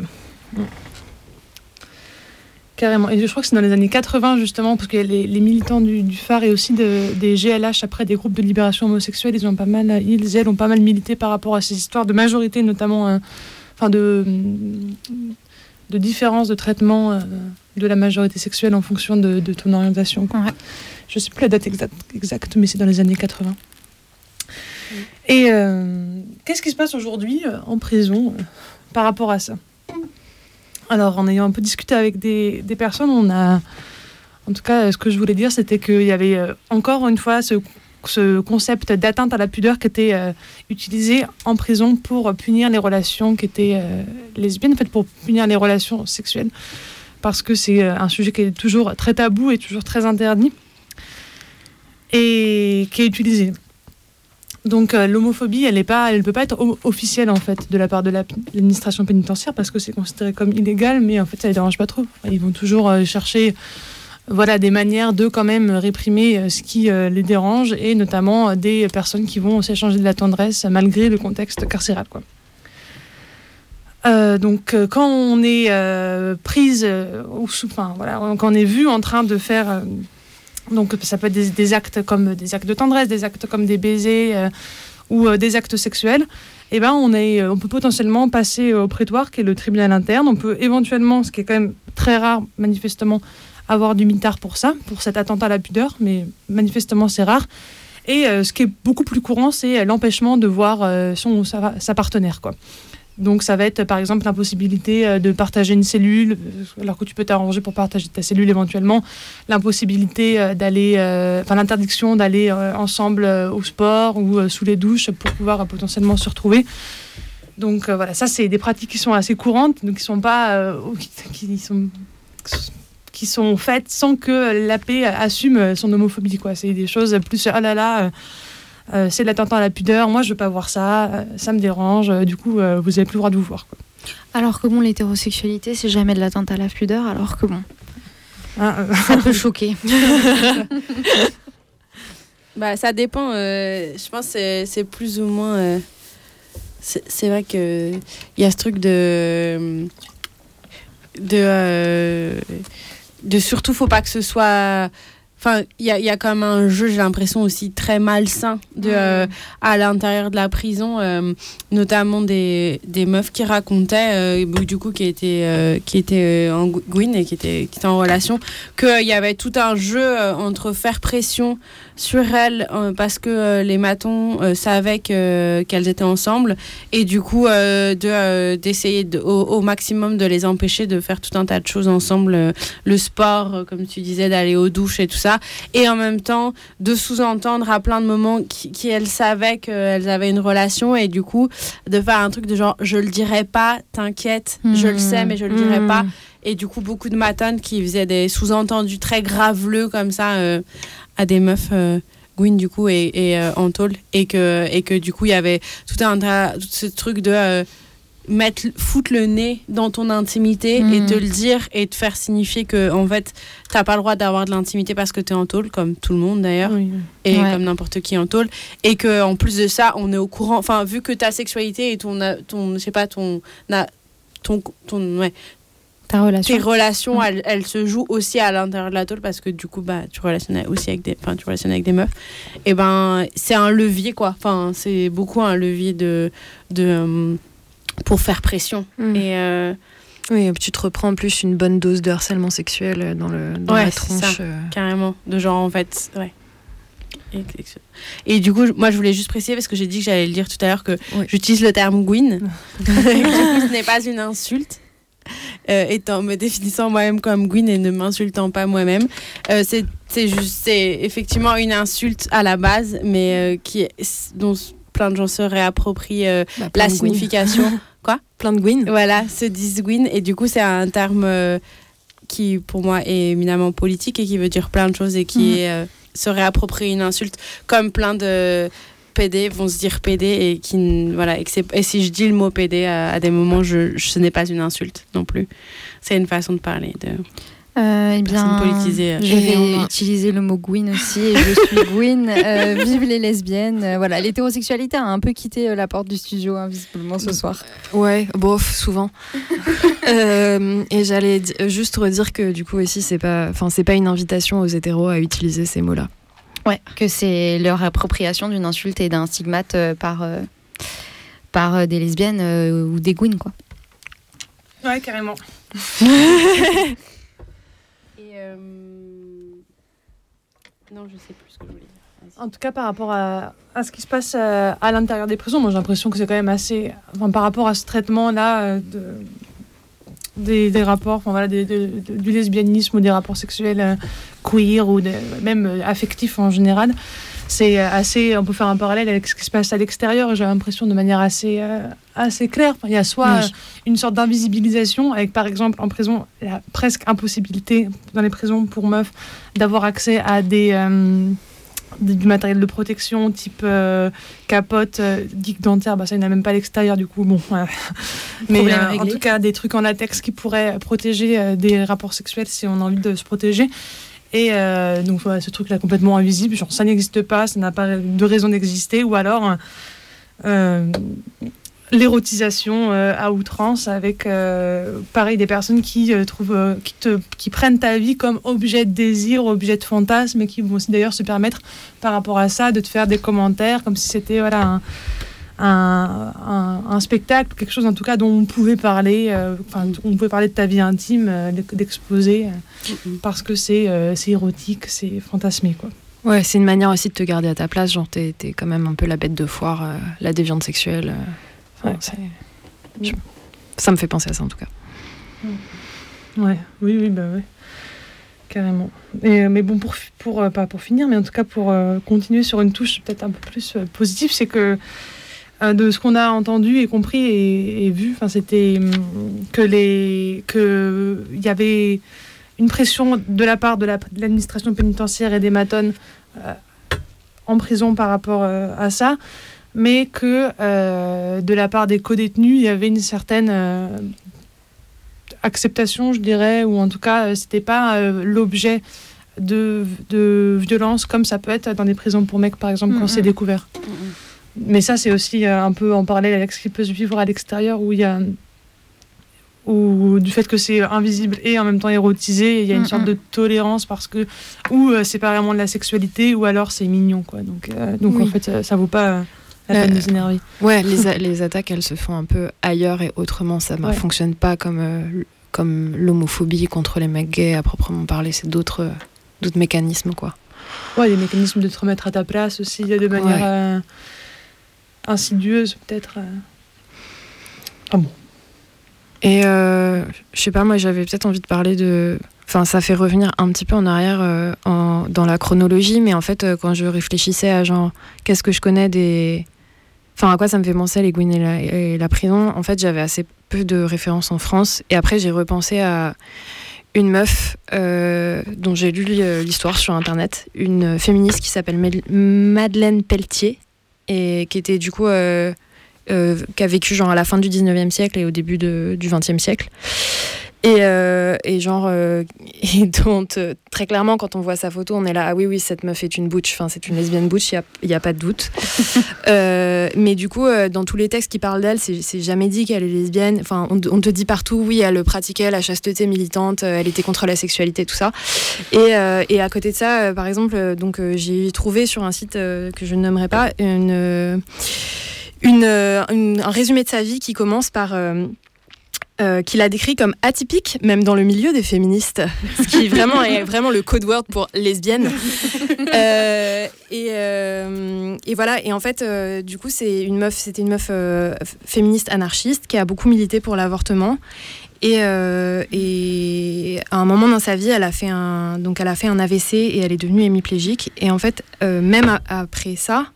Carrément. Et je crois que c'est dans les années 80, justement, parce que les militants du Phare et aussi des GLH, après des groupes de libération homosexuelle, ils ont pas mal milité par rapport à ces histoires de majorité, notamment, de différence de traitement de la majorité sexuelle en fonction de ton orientation. Ouais. Je ne sais plus la date exacte, mais c'est dans les années 80. Et qu'est-ce qui se passe aujourd'hui en prison par rapport à ça ? Alors, en ayant un peu discuté avec des personnes, en tout cas, ce que je voulais dire, c'était qu'il y avait encore une fois ce concept d'atteinte à la pudeur qui était utilisé en prison pour punir les relations qui étaient lesbiennes, en fait, pour punir les relations sexuelles, parce que c'est un sujet qui est toujours très tabou et toujours très interdit, et qui est utilisé. Donc l'homophobie, elle peut pas être officielle en fait de la part de l'administration pénitentiaire parce que c'est considéré comme illégal, mais en fait ça les dérange pas trop. Ils vont toujours chercher des manières de quand même réprimer ce qui les dérange, et notamment des personnes qui vont s'échanger de la tendresse malgré le contexte carcéral, quoi. Donc quand on est prise quand on est vu en train de faire donc ça peut être des actes comme des actes de tendresse, des actes comme des baisers ou des actes sexuels, et on peut potentiellement passer au prétoire, qui est le tribunal interne. On peut éventuellement, ce qui est quand même très rare manifestement, avoir du mitard pour cet attentat à la pudeur, mais manifestement c'est rare. Et ce qui est beaucoup plus courant, c'est l'empêchement de voir sa partenaire, quoi. Donc ça va être par exemple l'impossibilité de partager une cellule, alors que tu peux t'arranger pour partager ta cellule éventuellement, l'impossibilité l'interdiction d'aller ensemble au sport ou sous les douches pour pouvoir potentiellement se retrouver. Donc ça c'est des pratiques qui sont assez courantes, donc qui sont pas qui sont faites sans que l'AP assume son homophobie, quoi. C'est des choses plus c'est de l'attentat à la pudeur, moi je veux pas voir ça, ça me dérange, du coup vous avez plus le droit de vous voir, quoi. Alors que l'hétérosexualité c'est jamais de l'atteinte à la pudeur, alors que ça peut choquer. Ça dépend, je pense que c'est plus ou moins c'est vrai que il y a ce truc de surtout faut pas que ce soit... Enfin, il y a quand même un jeu, j'ai l'impression aussi très malsain à l'intérieur de la prison, notamment des meufs qui racontaient, du coup qui étaient en Gwyn et qui étaient en relation, qu'il y avait tout un jeu entre faire pression sur elles parce que les matons savaient qu'elles étaient ensemble, et du coup d'essayer au maximum de les empêcher de faire tout un tas de choses ensemble, le sport, comme tu disais, d'aller aux douches et tout ça, et en même temps de sous-entendre à plein de moments qu'elles savaient qu'elles avaient une relation, et du coup de faire un truc de genre je le dirai pas, t'inquiète, je le sais mais je le dirai pas, et du coup beaucoup de matones qui faisaient des sous-entendus très graveleux comme ça à des meufs Gwyn du coup et en tôle, et que du coup il y avait tout ce truc de foutre le nez dans ton intimité et te le dire et te faire signifier que en fait t'as pas le droit d'avoir de l'intimité parce que t'es en tôle, comme tout le monde d'ailleurs, et comme n'importe qui en tôle, et que en plus de ça on est au courant, enfin vu que ta sexualité et ta relation. Tes relations, elles se jouent aussi à l'intérieur de la tôle, parce que du coup tu relationnes aussi avec des meufs, et c'est un levier, quoi. Enfin c'est beaucoup un levier pour faire pression. Et oui, tu te reprends en plus une bonne dose de harcèlement sexuel dans la tronche. Ça, carrément. De genre, en fait, Et du coup, moi, je voulais juste préciser, parce que j'ai dit que j'allais le dire tout à l'heure, que j'utilise le terme Gwyn. Du coup, ce n'est pas une insulte. Étant me définissant moi-même comme Gwyn et ne m'insultant pas moi-même. C'est effectivement une insulte à la base, mais dont plein de gens se réapproprient la signification. Quoi ? Plein de Gwyn. Voilà, se disent Gwyn. Et du coup, c'est un terme qui, pour moi, est éminemment politique et qui veut dire plein de choses et qui se réapproprier une insulte, comme plein de PD vont se dire PD et et si je dis le mot PD à des moments, ce n'est pas une insulte non plus. C'est une façon de parler de personnes politisées. Je vais utiliser le mot Gwyn aussi, et je suis Gwyn. Vive les lesbiennes. Voilà, l'hétérosexualité a un peu quitté la porte du studio, visiblement, ce soir. Ouais, bof, souvent. Et j'allais juste redire que du coup aussi, c'est pas une invitation aux hétéros à utiliser ces mots-là. Ouais, que c'est leur appropriation d'une insulte et d'un stigmate par des lesbiennes ou des Gwyn, quoi. Ouais, carrément. Non, je sais plus ce que je voulais dire. En tout cas, par rapport à ce qui se passe à l'intérieur des prisons, moi j'ai l'impression que c'est quand même assez... par rapport à ce traitement-là des rapports, du lesbianisme ou des rapports sexuels queer ou même affectifs en général, c'est assez... On peut faire un parallèle avec ce qui se passe à l'extérieur, j'ai l'impression de manière assez claire. Il y a soit une sorte d'invisibilisation, avec par exemple en prison, la presque impossibilité dans les prisons pour meufs d'avoir accès à du matériel de protection type capote, geek dentaire, ça il n'y en a même pas à l'extérieur du coup, bon. Mais en tout cas des trucs en latex qui pourraient protéger des rapports sexuels si on a envie de se protéger. Et donc voilà, ce truc-là complètement invisible, genre ça n'existe pas, ça n'a pas de raison d'exister, ou alors l'érotisation à outrance avec pareil des personnes qui prennent ta vie comme objet de désir, objet de fantasme, et qui vont aussi d'ailleurs se permettre par rapport à ça de te faire des commentaires comme si c'était un spectacle, quelque chose en tout cas dont on pouvait parler, on pouvait parler de ta vie intime, d'exposer, parce que c'est érotique, c'est fantasmé, quoi. Ouais, c'est une manière aussi de te garder à ta place, genre t'es quand même un peu la bête de foire, la déviante sexuelle. Ça me fait penser à ça en tout cas. Ouais, oui, carrément. Mais bon, pas pour finir, mais en tout cas pour continuer sur une touche peut-être un peu plus positive, c'est que de ce qu'on a entendu et compris et vu, c'était que il y avait une pression de la part de l'administration pénitentiaire et des matones en prison par rapport à ça, mais que de la part des co-détenus, il y avait une certaine acceptation, je dirais, ou en tout cas, c'était pas l'objet de violence comme ça peut être dans des prisons pour mecs, par exemple, quand c'est découvert. Mais ça, c'est aussi un peu en parallèle avec ce qui peut se vivre à l'extérieur, ou du fait que c'est invisible et en même temps érotisé, il y a une sorte de tolérance parce que c'est pas vraiment de la sexualité, ou alors c'est mignon, quoi. Donc en fait, ça vaut pas la peine de s'énerver. Ouais, les attaques, elles se font un peu ailleurs et autrement. Ça ne fonctionne pas comme l'homophobie contre les mecs gays à proprement parler. C'est d'autres mécanismes, quoi. Ouais, des mécanismes de te remettre à ta place aussi, de manière insidieuse, peut-être. Ah bon. Et je sais pas, moi j'avais peut-être envie de parler de... Enfin, ça fait revenir un petit peu en arrière dans la chronologie, mais en fait, quand je réfléchissais à genre, qu'est-ce que je connais des... Enfin, à quoi ça me fait penser les Gwyn et la prison, en fait, j'avais assez peu de références en France. Et après, j'ai repensé à une meuf dont j'ai lu l'histoire sur Internet, une féministe qui s'appelle Madeleine Pelletier, et qui était du coup... qui a vécu genre à la fin du 19e siècle et au début du 20e siècle. Et genre, et dont, très clairement, quand on voit sa photo, on est là, ah oui, cette meuf est une butch, enfin, c'est une lesbienne butch, il n'y a pas de doute. Mais du coup, dans tous les textes qui parlent d'elle, c'est jamais dit qu'elle est lesbienne. Enfin, on te dit partout, oui, elle pratiquait la chasteté militante, elle était contre la sexualité, tout ça. Et à côté de ça, par exemple, donc, j'ai trouvé sur un site que je ne nommerai pas, un résumé de sa vie qui commence par... qu'il a décrit comme atypique, même dans le milieu des féministes, ce qui est vraiment le code word pour lesbienne. Et voilà. Et en fait, du coup, c'était une meuf féministe anarchiste qui a beaucoup milité pour l'avortement. Et à un moment dans sa vie, elle a fait un AVC et elle est devenue hémiplégique. Et en fait, même après ça.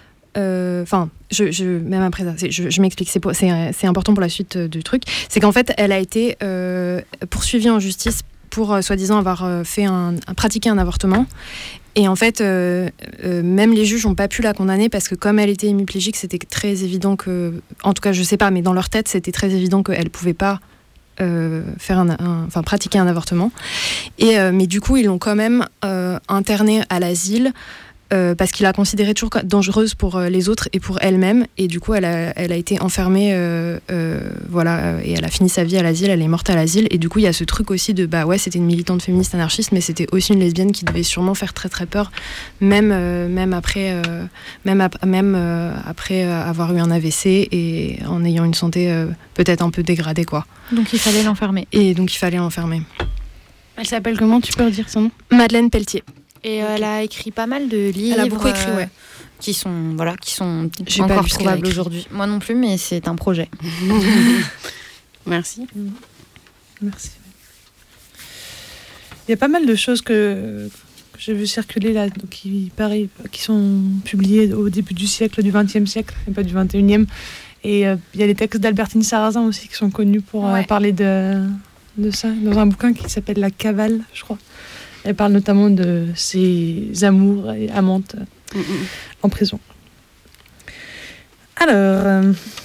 Même après ça, je m'explique, c'est important pour la suite du truc. C'est qu'en fait, elle a été poursuivie en justice pour soi-disant avoir pratiqué un avortement. Et en fait, même les juges n'ont pas pu la condamner parce que comme elle était hémiplégique, c'était très évident que, en tout cas, je sais pas, mais dans leur tête, c'était très évident qu'elle pouvait pas pratiquer un avortement. Mais du coup, ils l'ont quand même internée à l'asile. Parce qu'il a considéré toujours dangereuse pour les autres et pour elle-même, et du coup elle a été enfermée, et elle a fini sa vie à l'asile, elle est morte à l'asile, et du coup il y a ce truc aussi de c'était une militante féministe anarchiste, mais c'était aussi une lesbienne qui devait sûrement faire très très peur, même après avoir eu un AVC et en ayant une santé peut-être un peu dégradée, quoi. Donc il fallait l'enfermer. Elle s'appelle comment, tu peux redire son nom? Madeleine Pelletier. Et elle a écrit pas mal de livres. Elle a beaucoup écrit, ouais. Qui sont encore trouvables aujourd'hui. Moi non plus, mais c'est un projet. Merci. Merci. Il y a pas mal de choses que j'ai vu circuler là, donc qui sont publiées au début du siècle, du XXe siècle, et pas du XXIe. Et il y a les textes d'Albertine Sarrazin aussi qui sont connus pour parler de ça, dans un bouquin qui s'appelle La Cavale, je crois. Elle parle notamment de ses amours et amantes en prison. Alors,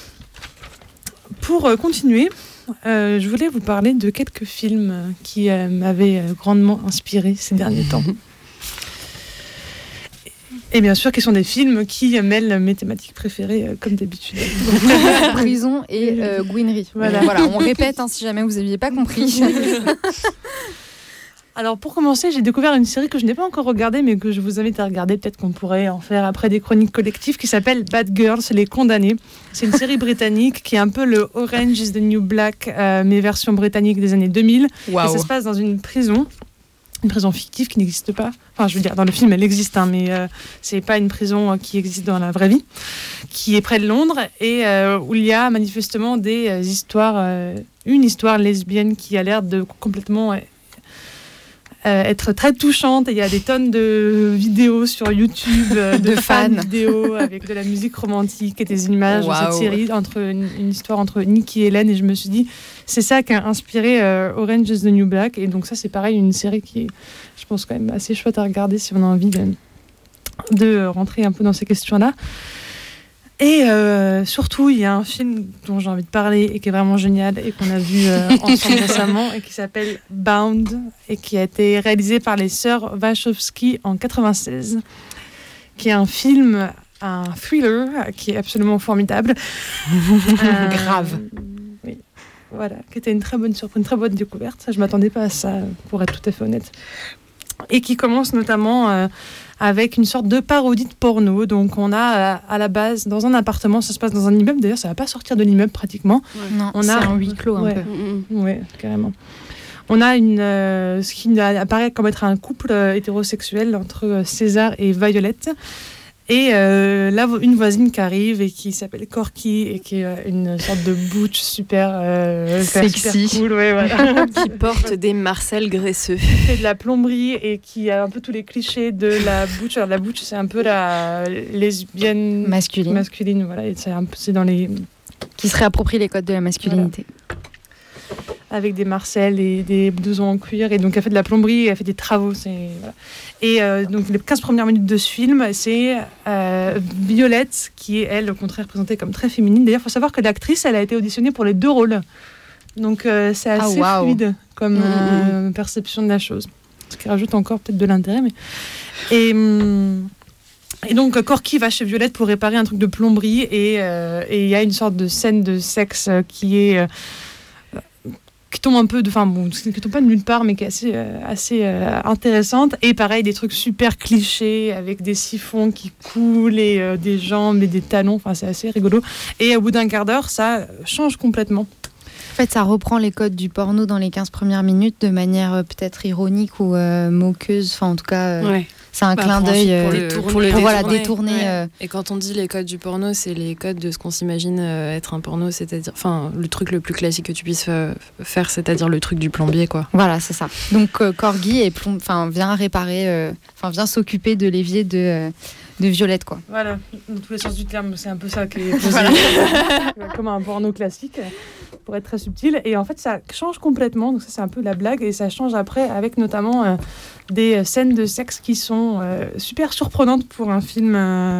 pour continuer, je voulais vous parler de quelques films qui m'avaient grandement inspiré ces derniers temps. Et bien sûr, qui sont des films qui mêlent mes thématiques préférées, comme d'habitude. Prison et gouinerie. Voilà, on répète, si jamais vous n'aviez pas compris. Alors pour commencer, j'ai découvert une série que je n'ai pas encore regardée, mais que je vous invite à regarder. Peut-être qu'on pourrait en faire après des chroniques collectives, qui s'appelle Bad Girls, les condamnés. C'est une série britannique qui est un peu le Orange is the New Black, mais version britannique des années 2000. Wow. Et ça se passe dans une prison fictive qui n'existe pas. Enfin, je veux dire, dans le film, elle existe, mais c'est pas une prison qui existe dans la vraie vie, qui est près de Londres, et où il y a manifestement des histoires, une histoire lesbienne qui a l'air de complètement... être très touchante, et il y a des tonnes de vidéos sur YouTube de fans vidéos avec de la musique romantique et des images de cette série, une histoire entre Nicky et Hélène, et je me suis dit c'est ça qui a inspiré Orange is the New Black. Et donc ça, c'est pareil, une série qui est, je pense, quand même assez chouette à regarder si on a envie de rentrer un peu dans ces questions-là. Et surtout, il y a un film dont j'ai envie de parler et qui est vraiment génial et qu'on a vu ensemble récemment, et qui s'appelle Bound, et qui a été réalisé par les sœurs Wachowski en 1996, qui est un film, un thriller qui est absolument formidable. Grave. Oui, voilà, qui était une très bonne surprise, une très bonne découverte. Je ne m'attendais pas à ça, pour être tout à fait honnête. Et qui commence notamment... avec une sorte de parodie de porno. Donc on a à la base, dans un appartement, ça se passe dans un immeuble, d'ailleurs ça ne va pas sortir de l'immeuble pratiquement. Ouais. Non, c'est un huis clos un peu. Oui, carrément. On a ce qui apparaît comme être un couple hétérosexuel entre César et Violette. Et là, une voisine qui arrive et qui s'appelle Corky, et qui est une sorte de butch super sexy, super cool, ouais, voilà. Qui porte des Marcel graisseux. Qui fait de la plomberie et qui a un peu tous les clichés de la butch. Alors la butch, c'est un peu la lesbienne masculine, voilà. Et c'est dans les... qui se réapproprie les codes de la masculinité. Voilà. Avec des Marcel et des blousons en cuir, et donc elle fait de la plomberie, elle fait des travaux, voilà. Et donc les 15 premières minutes de ce film, c'est Violette qui est, elle, au contraire, présentée comme très féminine. D'ailleurs, il faut savoir que l'actrice, elle a été auditionnée pour les 2 rôles, donc c'est assez fluide comme perception de la chose, ce qui rajoute encore peut-être de l'intérêt. Et donc Corky va chez Violette pour réparer un truc de plomberie, et il y a une sorte de scène de sexe qui est qui tombe un peu qui tombe pas de nulle part, mais qui est assez intéressante. Et pareil, des trucs super clichés avec des siphons qui coulent et des jambes et des talons. Enfin, c'est assez rigolo. Et au bout d'un quart d'heure, ça change complètement. En fait, ça reprend les codes du porno dans les 15 premières minutes de manière peut-être ironique ou moqueuse. Enfin, en tout cas, c'est un clin d'œil pour le détourner. Ouais. Et quand on dit les codes du porno, c'est les codes de ce qu'on s'imagine être un porno, c'est-à-dire, le truc le plus classique que tu puisses faire, c'est-à-dire le truc du plombier, quoi. Voilà, c'est ça. Donc Corgi vient réparer, vient s'occuper de l'évier de Violette, quoi. Voilà, dans tous les sens du terme, c'est un peu ça qui est posé comme un porno classique, pour être très subtil. Et en fait, ça change complètement, donc ça c'est un peu la blague, et ça change après avec notamment des scènes de sexe qui sont super surprenantes pour un film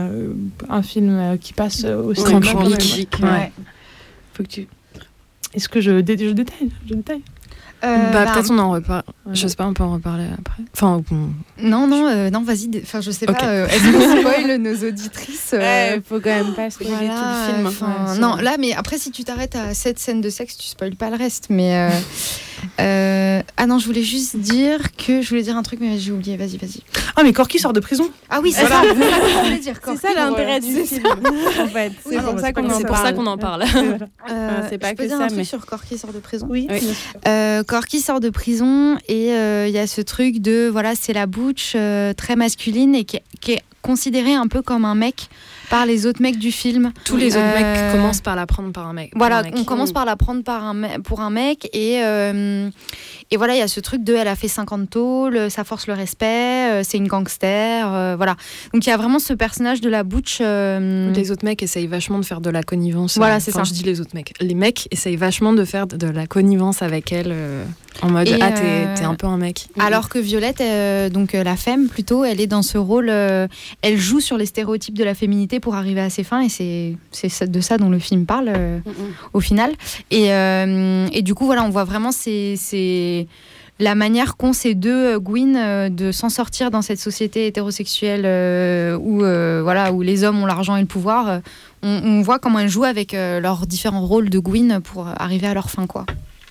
qui passe au cinéma. Ouais. Faut que tu... Est-ce que je détaille peut-être on en reparle. Je sais pas, on peut en reparler après. Enfin, non, vas-y. Enfin, je sais pas. Est-ce qu'on spoil nos auditrices faut quand même pas spoiler tout le film. Non, là, mais après, si tu t'arrêtes à cette scène de sexe, tu spoiles pas le reste. Mais non, je voulais juste dire un truc, mais j'ai oublié. Vas-y. Ah, mais Corky sort de prison. Ah oui, c'est ça. Je voulais dire Corky. C'est ça l'intérêt du film. En fait, c'est pour ça qu'on en parle. C'est pas que ça, mais sur Corky sort de prison. Oui. Corky sort de prison et il y a ce truc de c'est la butch très masculine et qui est considérée un peu comme un mec par les autres mecs du film. Tous les autres mecs commencent par la prendre par un mec. Voilà, on commence par la prendre pour un mec et voilà, il y a ce truc de elle a fait 50 tôles, ça force le respect, c'est une gangster, voilà. Donc il y a vraiment ce personnage de la butch. Les autres mecs essayent vachement de faire de la connivence. Voilà, c'est ça. Je dis les autres mecs. Les mecs essayent vachement de faire de la connivence avec elle en mode t'es un peu un mec. Alors que Violette, donc la femme plutôt, elle est dans ce rôle, elle joue sur les stéréotypes de la féminité pour arriver à ses fins et c'est de ça dont le film parle au final. Et du coup voilà, on voit vraiment c'est la manière qu'ont ces deux Gwyn de s'en sortir dans cette société hétérosexuelle où les hommes ont l'argent et le pouvoir. On voit comment elles jouent avec leurs différents rôles de Gwyn pour arriver à leur fin, quoi.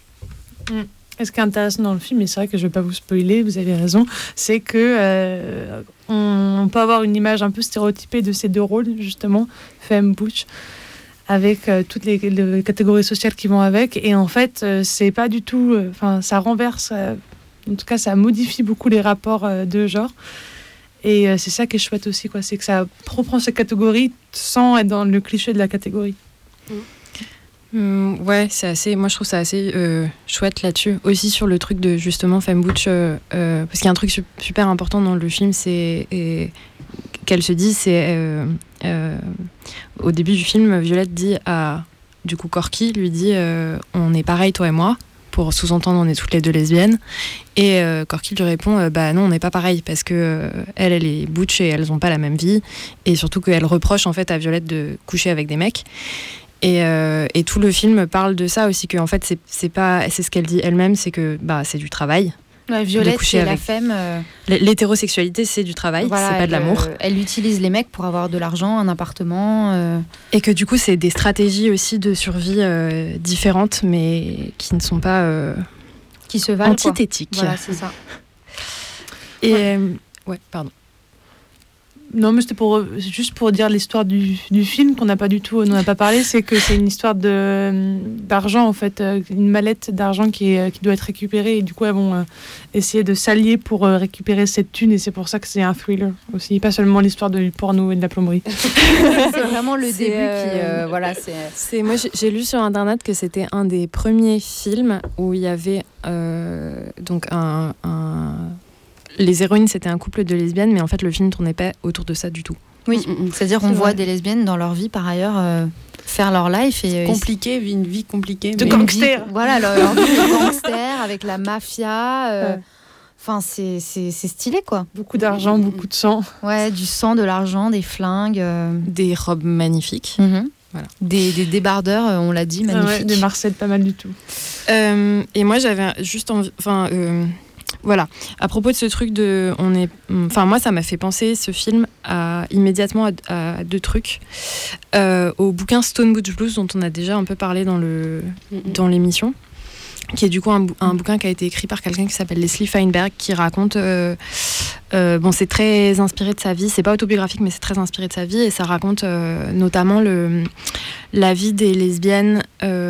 Et ce qui est intéressant dans le film, et c'est vrai que je ne vais pas vous spoiler, vous avez raison, c'est que on peut avoir une image un peu stéréotypée de ces deux rôles, justement, femme, butch, avec toutes les catégories sociales qui vont avec. Et en fait, c'est pas du tout... ça renverse... en tout cas, ça modifie beaucoup les rapports de genre. Et c'est ça qui est chouette aussi, quoi. C'est que ça reprend ces catégories sans être dans le cliché de la catégorie. Ouais, moi je trouve ça assez chouette là-dessus. Aussi sur le truc de justement femme butch, parce qu'il y a un truc super important dans le film, c'est qu'elle se dit, au début du film, Violette dit à du coup Corky lui dit on est pareil toi et moi, pour sous-entendre on est toutes les deux lesbiennes, et Corky lui répond bah non, on n'est pas pareil parce que elle est butch et elles ont pas la même vie, et surtout qu'elle reproche en fait à Violette de coucher avec des mecs. Et tout le film parle de ça aussi, que en fait c'est ce qu'elle dit elle-même, c'est que c'est du travail. Ouais, Violette, c'est la femme. L'hétérosexualité, c'est du travail, c'est pas de l'amour. Elle utilise les mecs pour avoir de l'argent, un appartement. Et que du coup, c'est des stratégies aussi de survie différentes, mais qui ne sont pas qui se valent, antithétiques. Voilà, c'est ça. Et pardon. Non, mais c'était juste pour dire l'histoire du film qu'on n'a pas du tout, on n'en a pas parlé. C'est que c'est une histoire d'argent, en fait, une mallette d'argent qui doit être récupérée, et du coup elles vont essayer de s'allier pour récupérer cette thune, et c'est pour ça que c'est un thriller aussi, pas seulement l'histoire du porno et de la plomberie. C'est vraiment le début qui voilà, c'est moi j'ai lu sur internet que c'était un des premiers films où il y avait donc les héroïnes, c'était un couple de lesbiennes, mais en fait, le film ne tournait pas autour de ça du tout. Oui, c'est-à-dire on voit des lesbiennes dans leur vie, par ailleurs, faire leur life. Et compliqué, une vie compliquée. De gangster. Voilà, leur vie de gangster, avec la mafia. Enfin, c'est stylé, quoi. Beaucoup d'argent, beaucoup de sang. Ouais, du sang, de l'argent, des flingues. Des robes magnifiques. Voilà. Des débardeurs, on l'a dit, magnifiques. Ouais, des Marcel, pas mal du tout. Et moi, j'avais juste envie... Voilà, à propos de ce truc moi ça m'a fait penser ce film immédiatement à deux trucs. Au bouquin Stone Butch Blues dont on a déjà un peu parlé dans l'émission. qui est du coup un bouquin qui a été écrit par quelqu'un qui s'appelle Leslie Feinberg, qui raconte... c'est très inspiré de sa vie, c'est pas autobiographique, mais c'est très inspiré de sa vie, et ça raconte notamment la vie des lesbiennes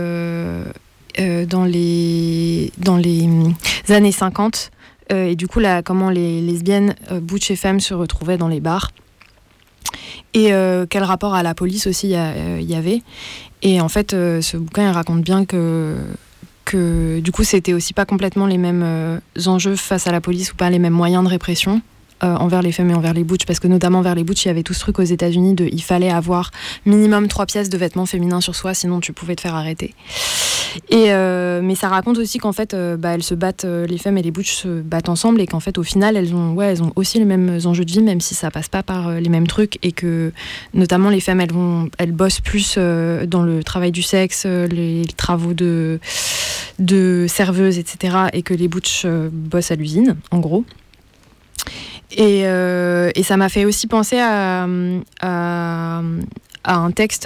dans les années 50, et du coup comment les lesbiennes butch et femmes se retrouvaient dans les bars, et quel rapport à la police aussi il y avait. Et en fait ce bouquin il raconte bien que du coup c'était aussi pas complètement les mêmes enjeux face à la police, ou pas les mêmes moyens de répression envers les femmes et envers les butch, parce que notamment envers les butch il y avait tout ce truc aux États-Unis de il fallait avoir minimum 3 pièces de vêtements féminins sur soi, sinon tu pouvais te faire arrêter. Et mais ça raconte aussi qu'en fait elles se battent, les femmes et les butch se battent ensemble, et qu'en fait au final elles ont aussi les mêmes enjeux de vie, même si ça passe pas par les mêmes trucs, et que notamment les femmes elles bossent plus dans le travail du sexe, les travaux de serveuse, etc., et que les butch bossent à l'usine en gros. Et ça m'a fait aussi penser à un texte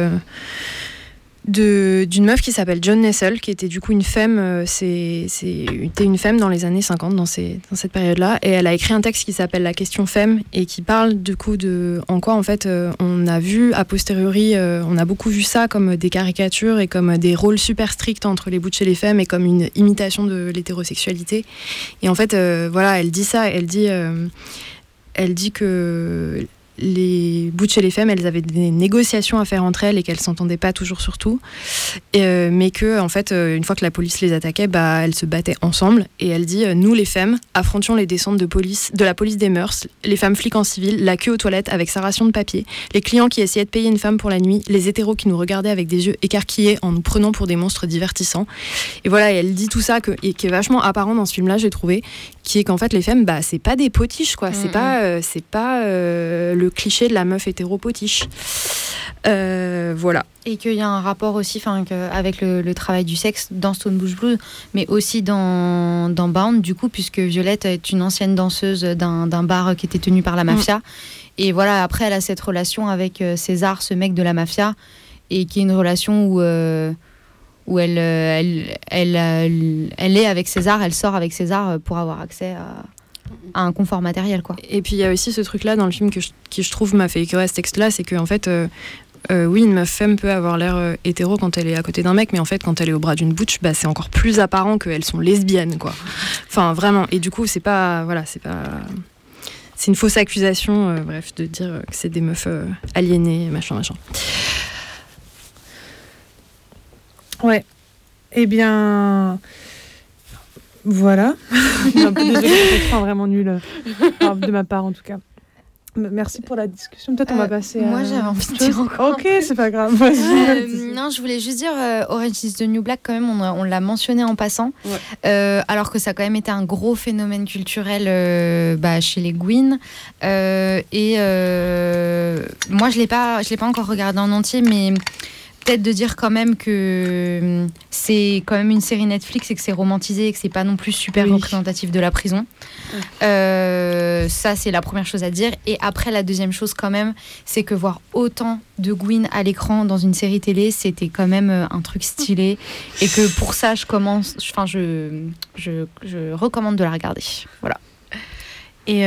d'une meuf qui s'appelle John Nessel, qui était du coup une femme, c'était une femme dans les années 50, dans cette période-là, et elle a écrit un texte qui s'appelle La question femme, et qui parle du coup de en quoi en fait on a vu a posteriori, on a beaucoup vu ça comme des caricatures et comme des rôles super stricts entre les butch et les femmes, et comme une imitation de l'hétérosexualité. Et en fait elle dit ça, elle dit que les butch et les femmes, elles avaient des négociations à faire entre elles, et qu'elles s'entendaient pas toujours sur tout, mais que en fait une fois que la police les attaquait, elles se battaient ensemble. Et elle dit nous les femmes affrontions les descentes de la police des mœurs, les femmes flics en civil, la queue aux toilettes avec sa ration de papier, les clients qui essayaient de payer une femme pour la nuit, les hétéros qui nous regardaient avec des yeux écarquillés en nous prenant pour des monstres divertissants. Et voilà, et elle dit tout ça et qui est vachement apparent dans ce film là, j'ai trouvé, qui est qu'en fait les femmes c'est pas des potiches quoi, c'est pas le cliché de la meuf hétéro potiche. Voilà. Et qu'il y a un rapport aussi avec le travail du sexe dans Stone Bush Blues, mais aussi dans Bound, du coup, puisque Violette est une ancienne danseuse d'un bar qui était tenu par la mafia. Et voilà, après, elle a cette relation avec César, ce mec de la mafia, et qui est une relation où elle est avec César, elle sort avec César pour avoir accès à un confort matériel, quoi. Et puis il y a aussi ce truc là dans le film qui je trouve m'a fait écrire ce texte là, c'est que en fait oui, une meuf femme peut avoir l'air hétéro quand elle est à côté d'un mec, mais en fait quand elle est au bras d'une butch, c'est encore plus apparent qu'elles sont lesbiennes, quoi. Enfin vraiment. Et du coup c'est une fausse accusation, de dire que c'est des meufs aliénées, machin. Ouais. Eh bien, voilà. Désolée, c'est vraiment nul de ma part en tout cas. Merci pour la discussion. Peut-être on va passer à... Moi, j'avais envie de dire encore. Ok, c'est pas grave. Vas-y. Non, je voulais juste dire Orange is the New Black, quand même, on l'a mentionné en passant. Ouais. Alors que ça a quand même été un gros phénomène culturel chez les Gwyn. Moi, je l'ai pas encore regardé en entier, mais... peut-être de dire quand même que c'est quand même une série Netflix et que c'est romantisé et que c'est pas non plus super représentatif de la prison. Ça, c'est la première chose à dire. Et après, la deuxième chose quand même, c'est que voir autant de Gwyn à l'écran dans une série télé, c'était quand même un truc stylé. Et que pour ça, je recommande de la regarder. Voilà. Et...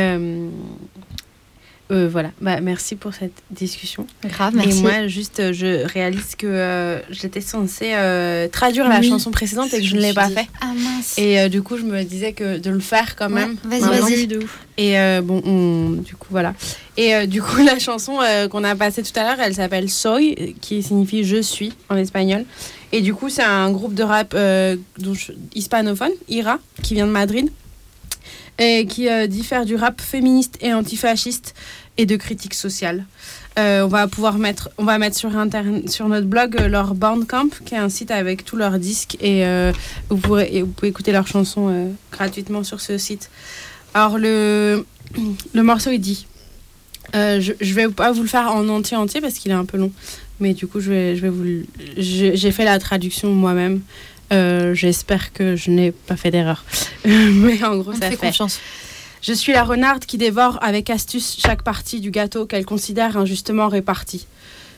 voilà, merci pour cette discussion. Grave, merci. Et moi, juste, je réalise que j'étais censée traduire la chanson précédente et que je ne l'ai pas fait. Ah mince. Et du coup, je me disais que de le faire quand même. Vas-y. De ouf. Et du coup, voilà. Et du coup, la chanson qu'on a passée tout à l'heure, elle s'appelle Soy, qui signifie je suis en espagnol. Et du coup, c'est un groupe de rap hispanophone, IRA, qui vient de Madrid. Et qui diffère du rap féministe et antifasciste et de critique sociale. On va mettre sur notre blog leur Bandcamp, qui est un site avec tous leurs disques, et vous pouvez écouter leurs chansons gratuitement sur ce site. Alors le morceau il dit, je vais pas vous le faire en entier parce qu'il est un peu long, mais du coup j'ai fait la traduction moi-même. J'espère que je n'ai pas fait d'erreur. Mais en gros, ça fait confiance. Je suis la renarde qui dévore avec astuce chaque partie du gâteau qu'elle considère injustement répartie.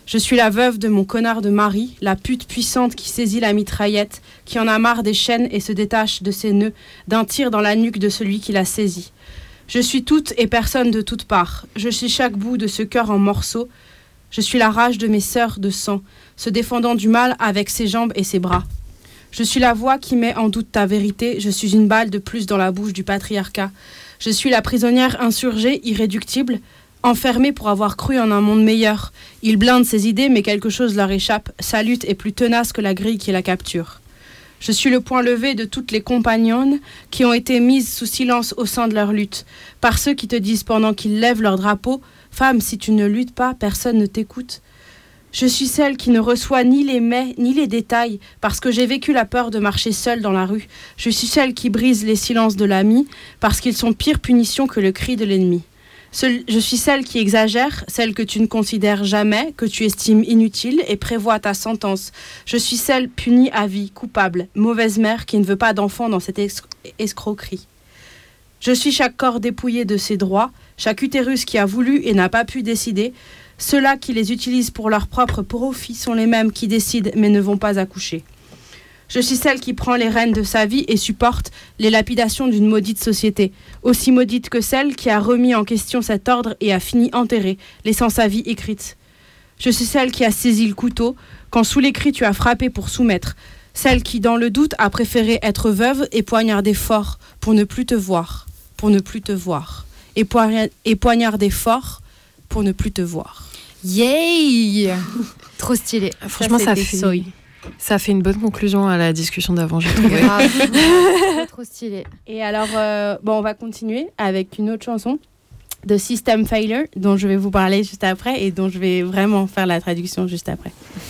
Je suis la veuve de mon connard de mari, la pute puissante qui saisit la mitraillette, qui en a marre des chaînes et se détache de ses nœuds, d'un tir dans la nuque de celui qui l'a saisie. Je suis toute et personne de toutes parts. Je suis chaque bout de ce cœur en morceaux. Je suis la rage de mes sœurs de sang, se défendant du mal avec ses jambes et ses bras. Je suis la voix qui met en doute ta vérité. Je suis une balle de plus dans la bouche du patriarcat. Je suis la prisonnière insurgée, irréductible, enfermée pour avoir cru en un monde meilleur. Il blinde ses idées, mais quelque chose leur échappe. Sa lutte est plus tenace que la grille qui la capture. Je suis le point levé de toutes les compagnonnes qui ont été mises sous silence au sein de leur lutte, par ceux qui te disent pendant qu'ils lèvent leur drapeau « Femme, si tu ne luttes pas, personne ne t'écoute ». Je suis celle qui ne reçoit ni les mets ni les détails, parce que j'ai vécu la peur de marcher seule dans la rue. Je suis celle qui brise les silences de l'ami, parce qu'ils sont pire punition que le cri de l'ennemi. Je suis celle qui exagère, celle que tu ne considères jamais, que tu estimes inutile et prévoit ta sentence. Je suis celle punie à vie, coupable, mauvaise mère qui ne veut pas d'enfant dans cette escroquerie. Je suis chaque corps dépouillé de ses droits, chaque utérus qui a voulu et n'a pas pu décider. Ceux-là qui les utilisent pour leur propre profit sont les mêmes qui décident mais ne vont pas accoucher. Je suis celle qui prend les rênes de sa vie et supporte les lapidations d'une maudite société, aussi maudite que celle qui a remis en question cet ordre et a fini enterrée, laissant sa vie écrite. Je suis celle qui a saisi le couteau quand sous les cris tu as frappé pour soumettre, celle qui dans le doute a préféré être veuve et poignarder fort pour ne plus te voir, et poignarder fort pour ne plus te voir. Yay. Trop stylé. Franchement, ça fait une bonne conclusion à la discussion d'avant, j'ai trouvé. Trop stylé. Et alors, on va continuer avec une autre chanson de System Failure, dont je vais vous parler juste après et dont je vais vraiment faire la traduction juste après.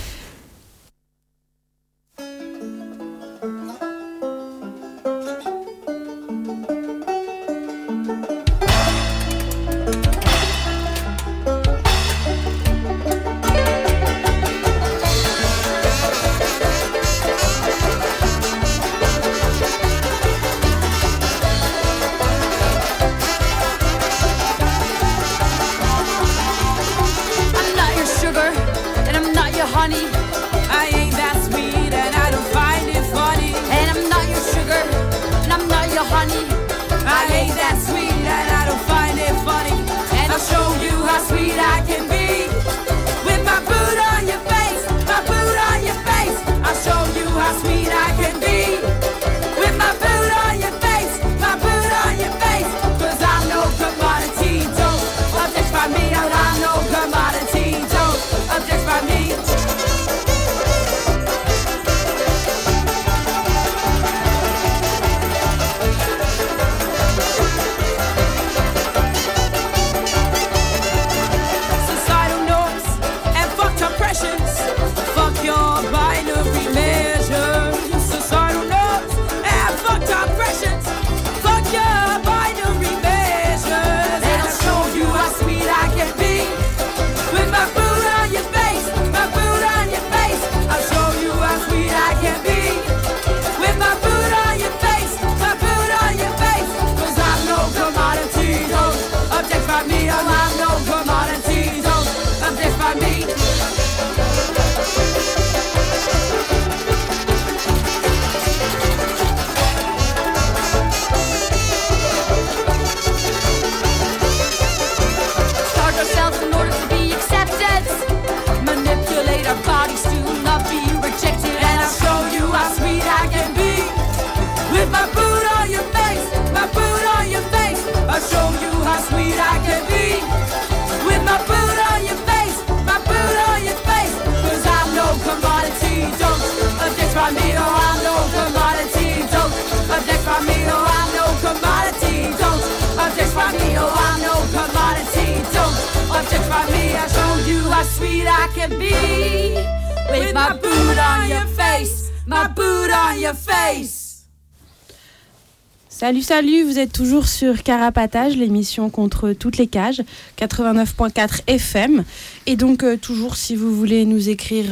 Sweet I can be with my boot on your face, my boot on your face. Salut, vous êtes toujours sur Carapatage, l'émission contre toutes les cages, 89.4 FM. Et donc, toujours, si vous voulez nous écrire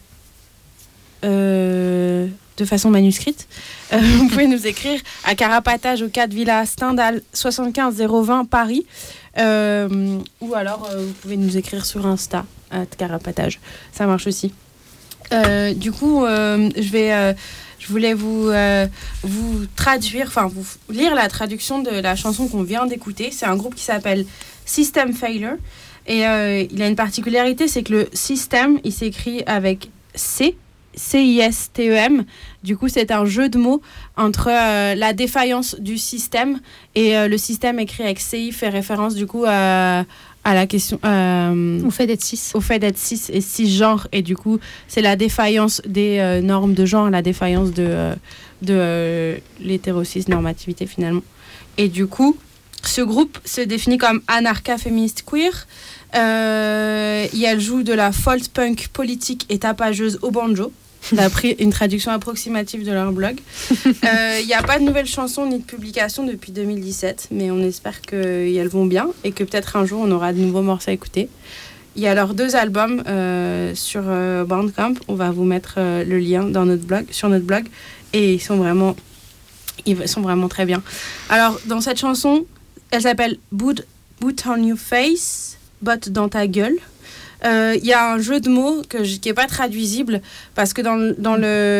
de façon manuscrite, vous pouvez nous écrire à Carapatage au 4 Villa Stendhal, 75 020 Paris. Ou alors, vous pouvez nous écrire sur Insta. carapatage. Ça marche aussi. Du coup, je voulais vous traduire, enfin vous lire la traduction de la chanson qu'on vient d'écouter. C'est un groupe qui s'appelle System Failure. Et il a une particularité, c'est que le système, il s'écrit avec C-I-S-T-E-M. Du coup, c'est un jeu de mots entre la défaillance du système et le système écrit avec CI fait référence du coup à la question... au fait d'être cis. Au fait d'être cis et cisgenre. Et du coup, c'est la défaillance des normes de genre, la défaillance de l'hétérocis-normativité finalement. Et du coup, ce groupe se définit comme anarcha-féministe queer. Elle joue de la folk punk politique et tapageuse au banjo, d'après une traduction approximative de leur blog. Il n'y a pas de nouvelles chansons ni de publications depuis 2017, mais on espère qu'elles vont bien et que peut-être un jour on aura de nouveaux morceaux à écouter. Il y a leurs 2 albums sur Bandcamp. On va vous mettre le lien sur notre blog et ils sont vraiment très bien. Alors dans cette chanson, elle s'appelle Boot on Your Face, botte dans ta gueule. Il y a un jeu de mots qui n'est pas traduisible parce que dans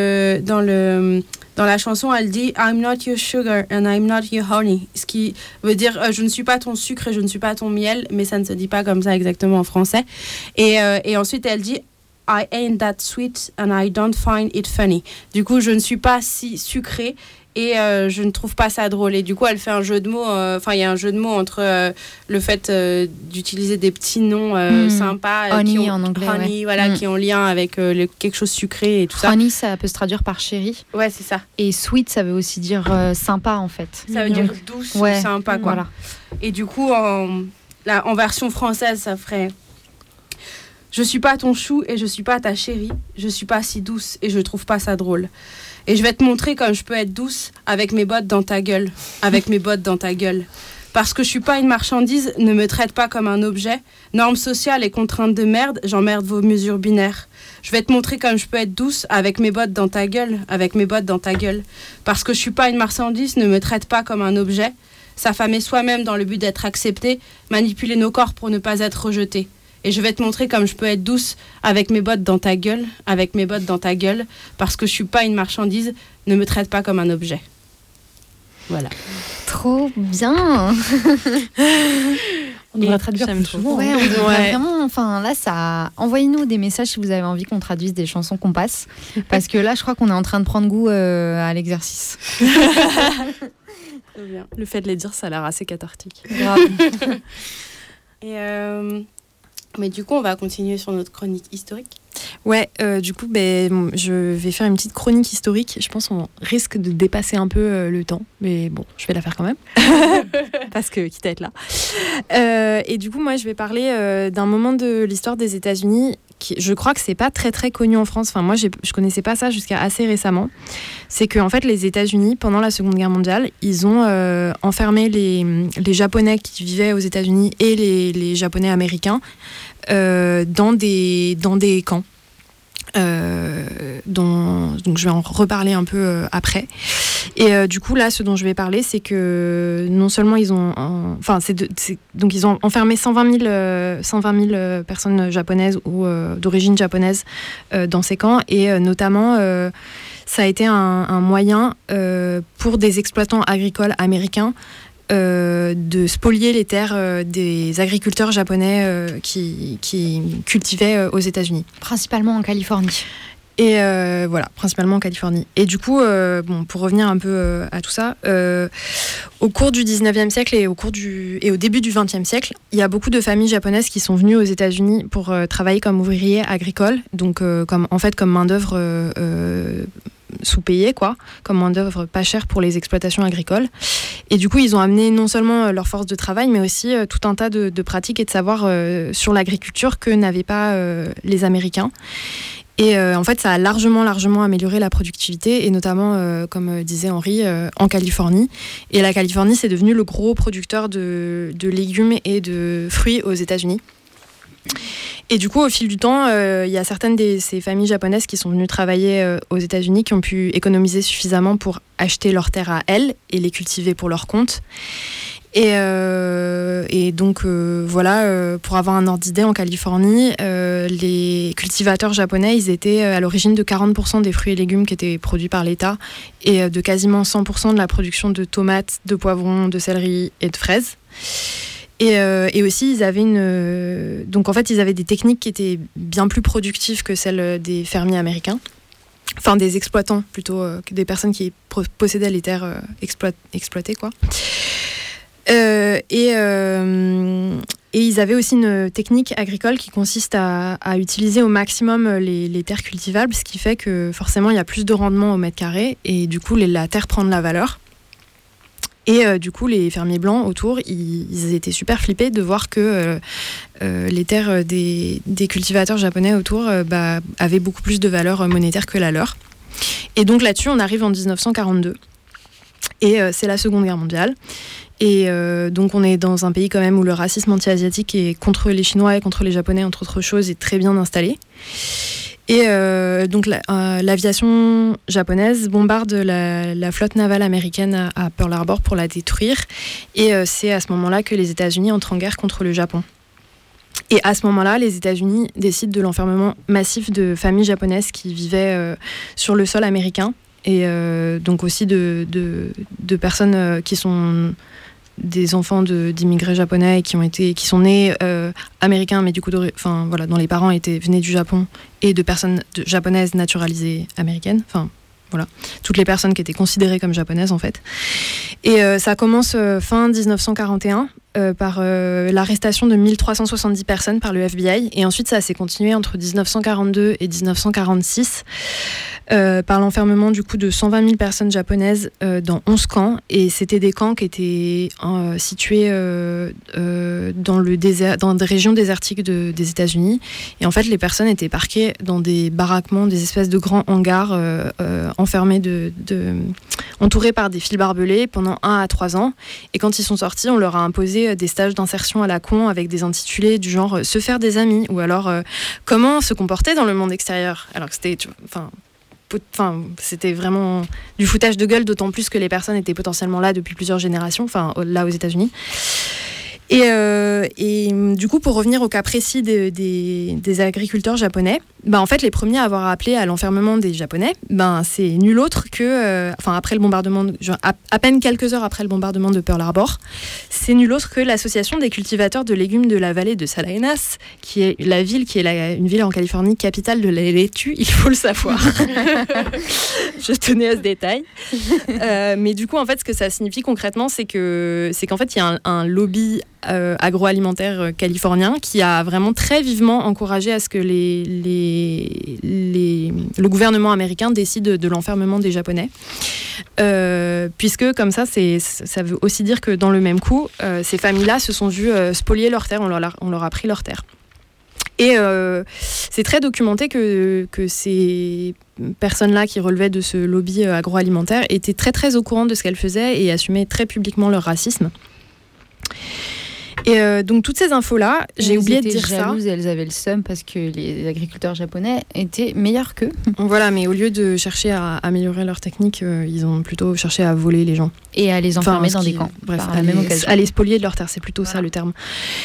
la chanson, elle dit I'm not your sugar and I'm not your honey. Ce qui veut dire je ne suis pas ton sucre et je ne suis pas ton miel, mais ça ne se dit pas comme ça exactement en français. Et ensuite, elle dit I ain't that sweet and I don't find it funny. Du coup, je ne suis pas si sucrée et je ne trouve pas ça drôle. Et du coup, elle fait un jeu de mots. Il y a un jeu de mots entre le fait d'utiliser des petits noms sympas. Honey en anglais. Honey, voilà, qui ont lien avec quelque chose sucré et tout ça. Honey, ça peut se traduire par chérie. Ouais, c'est ça. Et sweet, ça veut aussi dire sympa, en fait. Ça veut dire douce, ouais, sympa, quoi. Voilà. Et du coup, en version française, ça ferait... Je suis pas ton chou et je suis pas ta chérie. Je suis pas si douce et je trouve pas ça drôle. Et je vais te montrer comme je peux être douce avec mes bottes dans ta gueule. Avec mes bottes dans ta gueule. Parce que je suis pas une marchandise, ne me traite pas comme un objet. Normes sociales et contraintes de merde, j'emmerde vos mesures binaires. Je vais te montrer comme je peux être douce avec mes bottes dans ta gueule. Avec mes bottes dans ta gueule. Parce que je suis pas une marchandise, ne me traite pas comme un objet. S'affamer soi-même dans le but d'être accepté. Manipuler nos corps pour ne pas être rejeté. Et je vais te montrer comme je peux être douce avec mes bottes dans ta gueule, avec mes bottes dans ta gueule, parce que je suis pas une marchandise, ne me traite pas comme un objet. Voilà. Trop bien. On devrait traduire plus souvent. Ouais, on devrait vraiment... Enfin, là, ça... Envoyez-nous des messages si vous avez envie qu'on traduise des chansons qu'on passe. Parce que là, je crois qu'on est en train de prendre goût à l'exercice. Le fait de les dire, ça a l'air assez cathartique. Grave. Mais du coup, on va continuer sur notre chronique historique. Ouais, du coup, je vais faire une petite chronique historique. Je pense qu'on risque de dépasser un peu le temps. Mais bon, je vais la faire quand même. Parce que quitte à être là. Et du coup, moi, je vais parler d'un moment de l'histoire des États-Unis qui, je crois que c'est pas très très connu en France. Enfin, moi, je connaissais pas ça jusqu'à assez récemment. C'est que en fait, les États-Unis, pendant la Seconde Guerre mondiale, ils ont enfermé les Japonais qui vivaient aux États-Unis et les Japonais américains dans des camps. Donc je vais en reparler un peu après. Et du coup là, ce dont je vais parler, c'est que non seulement ils ont, donc ils ont enfermé 120 000 personnes japonaises ou d'origine japonaise dans ces camps, et notamment ça a été un moyen pour des exploitants agricoles américains de spolier les terres des agriculteurs japonais qui cultivaient aux États-Unis. Principalement en Californie. Et voilà, principalement en Californie. Et du coup, pour revenir un peu à tout ça, au cours du 19e siècle et au début du 20e siècle, il y a beaucoup de familles japonaises qui sont venues aux États-Unis pour travailler comme ouvriers agricoles, donc comme main-d'œuvre sous-payée, comme main-d'œuvre pas chère pour les exploitations agricoles. Et du coup, ils ont amené non seulement leur force de travail, mais aussi tout un tas de pratiques et de savoirs sur l'agriculture que n'avaient pas les Américains. Et en fait, ça a largement amélioré la productivité, et notamment, comme disait Henri, en Californie. Et la Californie, c'est devenu le gros producteur de légumes et de fruits aux États-Unis. Et du coup, au fil du temps, il y a certaines de ces familles japonaises qui sont venues travailler aux États-Unis, qui ont pu économiser suffisamment pour acheter leurs terres à elles et les cultiver pour leur compte. Et donc voilà, pour avoir un ordre d'idée, en Californie, les cultivateurs japonais, ils étaient à l'origine de 40% des fruits et légumes qui étaient produits par l'État et de quasiment 100% de la production de tomates, de poivrons, de céleri et de fraises. Et aussi, ils avaient donc en fait, ils avaient des techniques qui étaient bien plus productives que celles des fermiers américains. Enfin, des exploitants plutôt, que des personnes qui possédaient les terres exploitées, quoi. Et ils avaient aussi une technique agricole qui consiste à utiliser au maximum les terres cultivables, ce qui fait que forcément, il y a plus de rendement au mètre carré et du coup, la terre prend de la valeur. Et du coup, les fermiers blancs autour, ils étaient super flippés de voir que les terres des cultivateurs japonais autour avaient beaucoup plus de valeur monétaire que la leur. Et donc là-dessus, on arrive en 1942. Et c'est la Seconde Guerre mondiale. Et donc on est dans un pays quand même où le racisme anti-asiatique est contre les Chinois et contre les Japonais, entre autres choses, est très bien installé. Et donc l'aviation japonaise bombarde la flotte navale américaine à Pearl Harbor pour la détruire. Et c'est à ce moment-là que les États-Unis entrent en guerre contre le Japon. Et à ce moment-là, les États-Unis décident de l'enfermement massif de familles japonaises qui vivaient sur le sol américain. Et donc aussi de personnes qui sont des enfants d'immigrés japonais et qui sont nés américains, mais du coup, dont les parents venaient du Japon, et de personnes japonaises naturalisées américaines. Enfin, voilà, toutes les personnes qui étaient considérées comme japonaises, en fait. Et ça commence fin 1941 par l'arrestation de 1370 personnes par le FBI. Et ensuite, ça s'est continué entre 1942 et 1946 par l'enfermement du coup de 120 000 personnes japonaises dans 11 camps. Et c'était des camps qui étaient situés dans des régions désertiques des États-Unis. Et en fait, les personnes étaient parquées dans des baraquements, des espèces de grands hangars enfermés, entourés par des fils barbelés pendant 1 à 3 ans. Et quand ils sont sortis, on leur a imposé des stages d'insertion à la con avec des intitulés du genre « se faire des amis » ou alors « comment se comporter dans le monde extérieur ». Alors que c'était vraiment du foutage de gueule, d'autant plus que les personnes étaient potentiellement là depuis plusieurs générations, là aux États-Unis. Et du coup, pour revenir au cas précis des agriculteurs japonais, en fait, les premiers à avoir appelé à l'enfermement des Japonais, c'est nul autre que, après le bombardement, à peine quelques heures après le bombardement de Pearl Harbor, c'est nul autre que l'association des cultivateurs de légumes de la vallée de Salinas, qui est la ville, une ville en Californie, capitale de la laitue, il faut le savoir. Je tenais à ce détail. Mais du coup, en fait, ce que ça signifie concrètement, c'est qu'en fait, il y a un lobby agroalimentaire californien qui a vraiment très vivement encouragé à ce que le gouvernement américain décide de l'enfermement des Japonais. Puisque comme ça veut aussi dire que dans le même coup, ces familles-là se sont vues spolier leurs terres, on leur a pris leurs terres. Et c'est très documenté que ces personnes-là qui relevaient de ce lobby agroalimentaire étaient très très au courant de ce qu'elles faisaient et assumaient très publiquement leur racisme. Et donc toutes ces infos-là, j'ai oublié de dire ça. Elles avaient le seum parce que les agriculteurs japonais étaient meilleurs qu'eux. Voilà, mais au lieu de chercher à améliorer leur technique, ils ont plutôt cherché à voler les gens. Et à les enfermer dans des camps. Bref, à les spolier de leur terre, c'est plutôt ça le terme.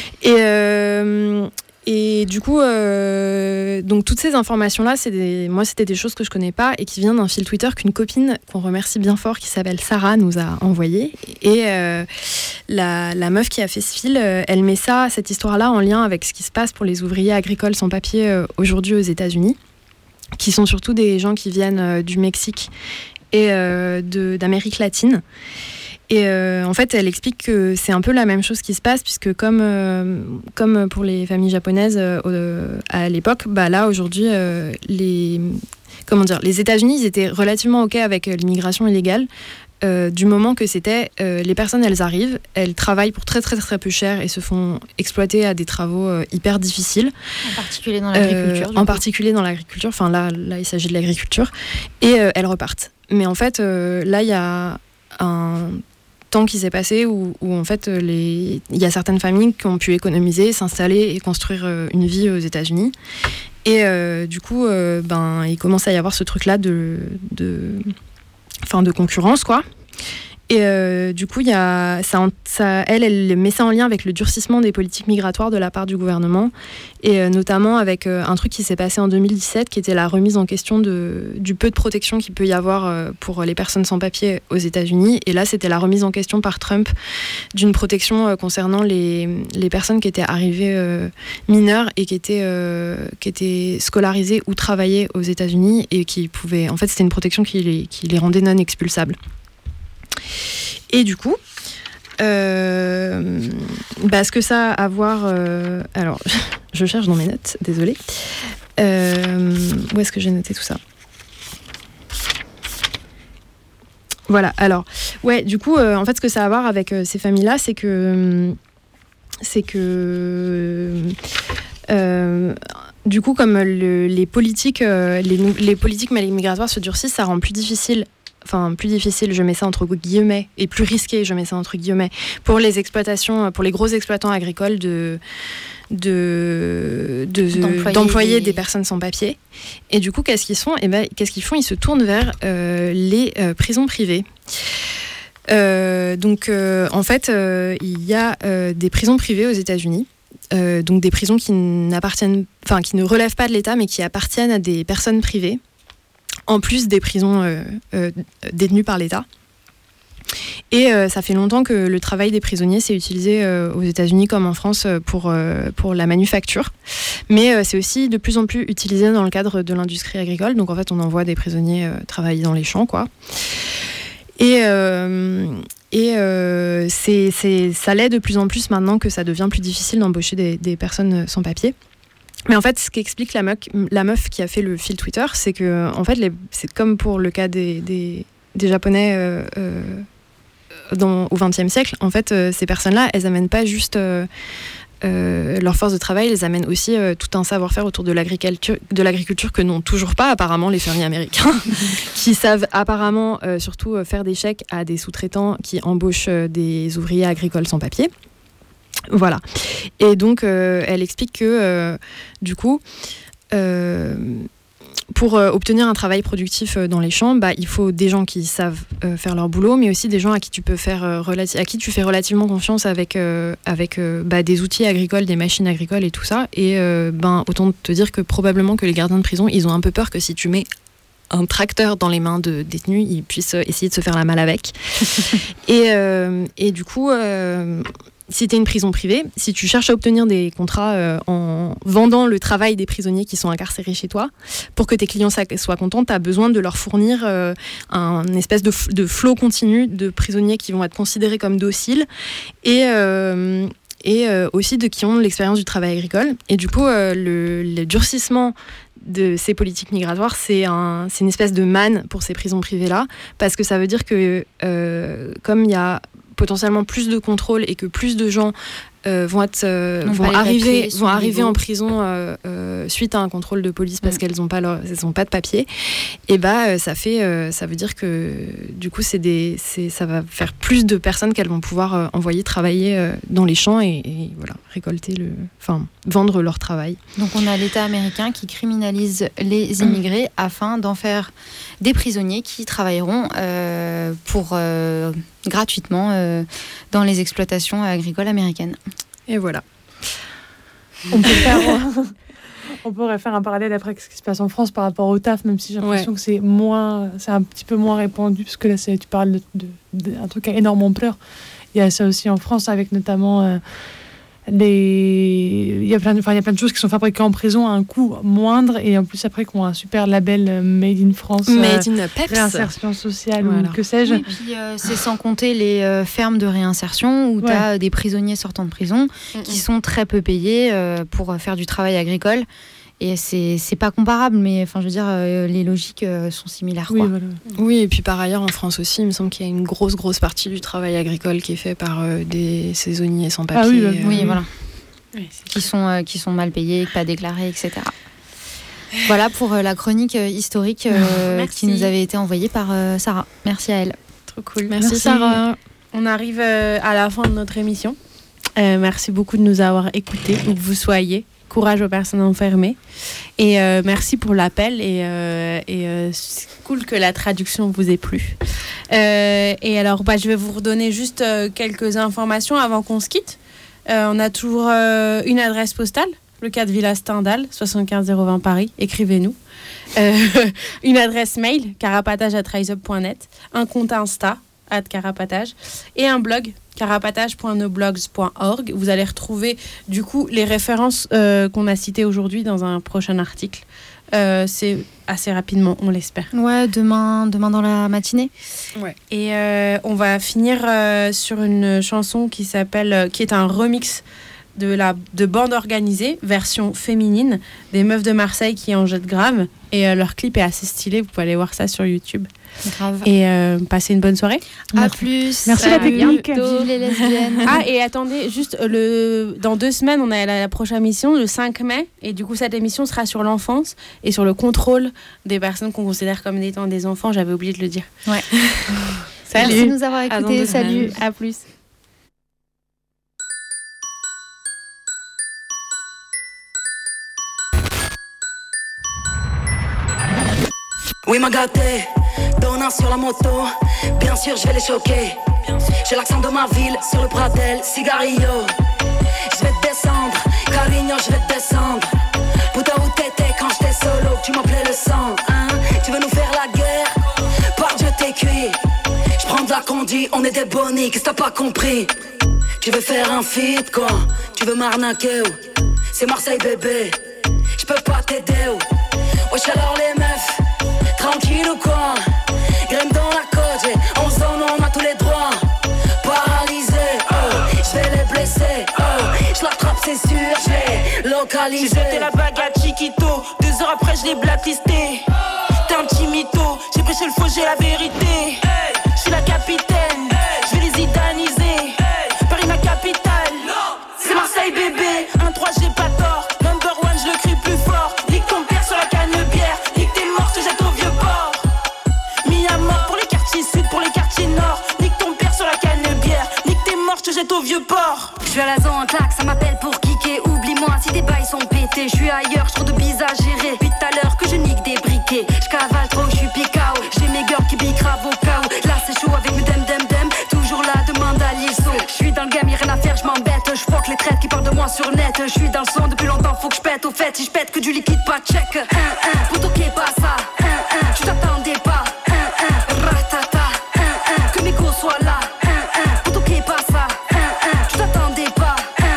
Et du coup, donc toutes ces informations-là, c'était des choses que je connais pas et qui viennent d'un fil Twitter qu'une copine qu'on remercie bien fort, qui s'appelle Sarah, nous a envoyé. Et la meuf qui a fait ce fil, elle met cette histoire-là en lien avec ce qui se passe pour les ouvriers agricoles sans papier aujourd'hui aux États-Unis, qui sont surtout des gens qui viennent du Mexique et d'Amérique latine. Et en fait, elle explique que c'est un peu la même chose qui se passe, puisque comme pour les familles japonaises à l'époque, là aujourd'hui, les États-Unis, ils étaient relativement OK avec l'immigration illégale, du moment que c'était les personnes, elles arrivent, elles travaillent pour très très très peu cher et se font exploiter à des travaux hyper difficiles. En particulier dans l'agriculture. Enfin là, il s'agit de l'agriculture, et elles repartent. Mais en fait, là, il y a un temps qui s'est passé où en fait il y a certaines familles qui ont pu économiser, s'installer et construire une vie aux États-Unis. Et du coup, il commence à y avoir ce truc-là de concurrence, quoi. Et du coup, elle met ça en lien avec le durcissement des politiques migratoires de la part du gouvernement, et notamment avec un truc qui s'est passé en 2017, qui était la remise en question du peu de protection qu'il peut y avoir pour les personnes sans papier aux États-Unis. Et là, c'était la remise en question par Trump d'une protection concernant les personnes qui étaient arrivées mineures et qui étaient scolarisées ou travaillaient aux États-Unis, et qui pouvaient... En fait, c'était une protection qui les rendait non expulsables. Et du coup, ce que ça a à voir... alors, je cherche dans mes notes, désolée. Où est-ce que j'ai noté tout ça ? Voilà, alors, ouais, du coup, en fait, ce que ça a à voir avec ces familles-là, c'est que du coup, comme les politiques migratoires se durcissent, ça rend plus difficile, je mets ça entre guillemets, et plus risqué, je mets ça entre guillemets, pour les exploitations, pour les gros exploitants agricoles d'employer des personnes sans papier. Et du coup, qu'est-ce qu'ils font ? Ils se tournent vers les prisons privées. En fait, il y a des prisons privées aux États-Unis. Donc des prisons qui ne relèvent pas de l'État, mais qui appartiennent à des personnes privées, en plus des prisons détenues par l'État. Et ça fait longtemps que le travail des prisonniers s'est utilisé aux États-Unis comme en France pour la manufacture. Mais c'est aussi de plus en plus utilisé dans le cadre de l'industrie agricole. Donc en fait, on envoie des prisonniers travailler dans les champs, quoi. Ça l'est de plus en plus maintenant que ça devient plus difficile d'embaucher des personnes sans papier. Mais en fait, ce qu'explique la meuf qui a fait le fil Twitter, c'est que en fait, c'est comme pour le cas des Japonais au XXe siècle. En fait, ces personnes-là, elles amènent pas juste leur force de travail, elles amènent aussi tout un savoir-faire autour de l'agriculture que n'ont toujours pas apparemment les fermiers américains, qui savent apparemment surtout faire des chèques à des sous-traitants qui embauchent des ouvriers agricoles sans papier. Voilà. Et donc, elle explique que, du coup, pour obtenir un travail productif dans les champs, il faut des gens qui savent faire leur boulot, mais aussi des gens à qui tu peux à qui tu fais relativement confiance avec des outils agricoles, des machines agricoles et tout ça. Et autant te dire que probablement que les gardiens de prison, ils ont un peu peur que si tu mets un tracteur dans les mains de détenus, ils puissent essayer de se faire la malle avec. Et du coup... si tu es une prison privée, si tu cherches à obtenir des contrats en vendant le travail des prisonniers qui sont incarcérés chez toi, pour que tes clients soient contents, tu as besoin de leur fournir un espèce de flot continu de prisonniers qui vont être considérés comme dociles et aussi qui ont l'expérience du travail agricole. Et du coup, le durcissement de ces politiques migratoires, c'est une espèce de manne pour ces prisons privées-là, parce que ça veut dire que comme il y a potentiellement plus de contrôle et que plus de gens vont arriver en prison suite à un contrôle de police parce qu'elles n'ont pas de papier, et ça veut dire que du coup ça va faire plus de personnes qu'elles vont pouvoir envoyer travailler dans les champs et voilà, vendre leur travail. Donc on a l'État américain qui criminalise les immigrés afin d'en faire des prisonniers qui travailleront gratuitement dans les exploitations agricoles américaines. Et voilà. On pourrait faire un parallèle après avec ce qui se passe en France par rapport au taf, même si j'ai l'impression que c'est un petit peu moins répandu, parce que là tu parles d'un truc à énorme ampleur. Il y a ça aussi en France, avec notamment il y a plein de choses qui sont fabriquées en prison à un coût moindre, et en plus après qui ont un super label Made in France, Made in Peps, réinsertion sociale, ou que sais-je. Oui, et puis c'est sans compter les fermes de réinsertion où tu as des prisonniers sortant de prison qui sont très peu payés pour faire du travail agricole. Et c'est pas comparable, mais je veux dire, les logiques sont similaires. Oui, quoi. voilà. Oui, et puis par ailleurs, en France aussi, il me semble qu'il y a une grosse partie du travail agricole qui est fait par des saisonniers sans papier. Voilà. Oui, qui sont mal payés, pas déclarés, etc. Voilà pour la chronique historique qui nous avait été envoyée par Sarah. Merci à elle. Trop cool. Merci Sarah. On arrive à la fin de notre émission. Merci beaucoup de nous avoir écoutés, où que vous soyez. courage aux personnes enfermées. Et merci pour l'appel. Et c'est cool que la traduction vous ait plu. Et alors, je vais vous redonner juste quelques informations avant qu'on se quitte. On a toujours une adresse postale, le 4 Villa Stendhal, 75 020 Paris. Écrivez-nous. Une adresse mail, carapatage@riseup.net. Un compte Insta, @carapatage. Et un blog, carapatage.noblogs.org. Vous allez retrouver du coup les références qu'on a citées aujourd'hui dans un prochain article. C'est assez rapidement, on l'espère. Ouais, demain dans la matinée. Ouais. Et on va finir sur une chanson qui est un remix de Bande Organisée, version féminine, des Meufs de Marseille qui en jettent grave. Et leur clip est assez stylé, vous pouvez aller voir ça sur YouTube. Grave. Et passez une bonne soirée. À plus. Merci la technique. Vive les lesbiennes. Ah, et attendez, juste dans 2 semaines, on a la prochaine émission, le 5 mai. Et du coup, cette émission sera sur l'enfance et sur le contrôle des personnes qu'on considère comme étant des enfants. J'avais oublié de le dire. Ouais. Salut. Merci de nous avoir écoutés. Salut. À plus. Oui, m'a gâté, donnant sur la moto. Bien sûr, je vais les choquer. J'ai l'accent de ma ville, sur le Pradel, cigarillo. Je vais te descendre, Carignan, je vais te descendre. Putain, où t'étais quand j'étais solo, tu m'appelais le sang, hein. Tu veux nous faire la guerre, par Dieu t'es cuit. Je prends de la condi, on est des bonnies, qu'est-ce que t'as pas compris? Tu veux faire un feat, quoi? Tu veux m'arnaquer, ou? C'est Marseille, bébé, je peux pas t'aider, ou? Wesh alors les meufs, tranquille ou quoi? Graine dans la côte, et en zone on a tous les droits. Paralysé, oh, je vais les blesser, oh, je l'attrape c'est sûr, je l'ai localisé. J'ai jeté la bague à Chiquito, 2 heures après je l'ai blacklisté. T'es un petit mytho, j'ai prêché le faux, j'ai la vérité. Je suis la capitaine, je vais les zidaniser. Paris ma capitale, c'est Marseille bébé. 1-3 j'ai pas tort, number one je le crie plus fort. Nique ton père sur la canne bière, nique tes morts, je te jette au vieux port. Mis à mort pour les quartiers sud, pour les quartiers nord. Nique ton père sur la canne bière, nique tes morts, je te jette au vieux port. Je suis à la zone en claque, ça m'appelle pour kicker. Oublie-moi si tes bails sont pétés. Je suis ailleurs, je trouve de bises à gérer. Depuis tout à l'heure que je nique des briquets. Je cavale trop, je suis picao. J'ai mes girls qui bicravent au chaos. Là c'est chaud avec mes dem. Toujours là, demande à l'ISO. Je suis dans le game, y'a rien à faire, je m'embête. Je froque les traites qui parlent de moi sur net. Je suis dans le son depuis longtemps, faut que je pète. Au fait, si je pète que du liquide, pas check. Pour toquer pas ça. Tu t'attendais pas. Ratata. Que mes gos soient là. Pour toquer pas ça. Tu t'attendais pas.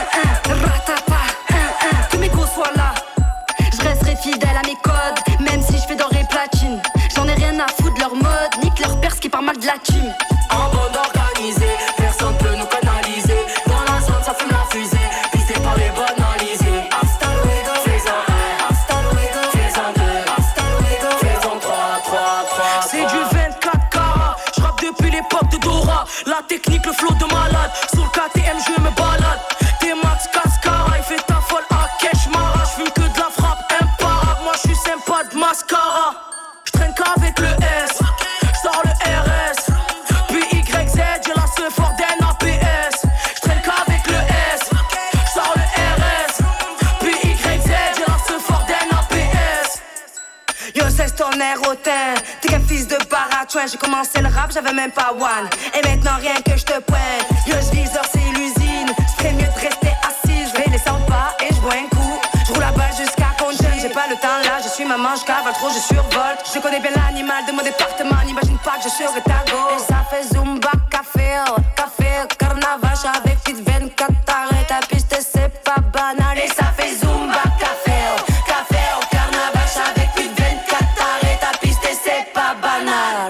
Ratata. Que mes gos soient là. Je resterai fidèle à mes codes, même si je fais d'or et platine. J'en ai rien à foutre de leur mode, nique leur perse qui part mal de la team. En bande organisée, personne peut nous canaliser. Dans la zone, ça fume la fusée, pisté par les banalisés. Hasta luego, fais-en un. Hasta luego, fais-en deux. Hasta luego, fais-en trois. C'est du 24 carats, je rappe depuis l'époque de Dora. La technique, le flow de malade, sur le KTM je me balade. T-Max, Cascara, il fait ta folle à Kesh Mara. J'fume que de la frappe imparable, moi j'suis sympa de mascara. J'traîne qu'avec le S, j'sors le RS. Puis YZ, j'ai la seule fort d'un APS. J'traîne qu'avec le S, j'sors le RS. Puis YZ, j'ai la seule fort d'un APS. Yo, c'est ton air hautain. T'es qu'un fils de baratouin. J'ai commencé le rap, j'avais même pas one. Et maintenant rien que je te pointe. Yo, j'viseur, c'est l'usine. J'ferais mieux de rester assise. J'vais les 100 pas et j'bois un coup. J'roule la balle jusqu'à compter. J'ai pas le temps là, je suis maman, j'cavale trop, je survole. Je connais bien l'animal de mon département. N'imagine pas que je serai ta go. Et ça fait Zumba, café, carnaval. J'avais plus de 24 arrêts. Ta piste, c'est pas banal. Et ça fait Zumba, café, carnaval. J'avais plus de 24 arrêts. Ta piste, c'est pas banal.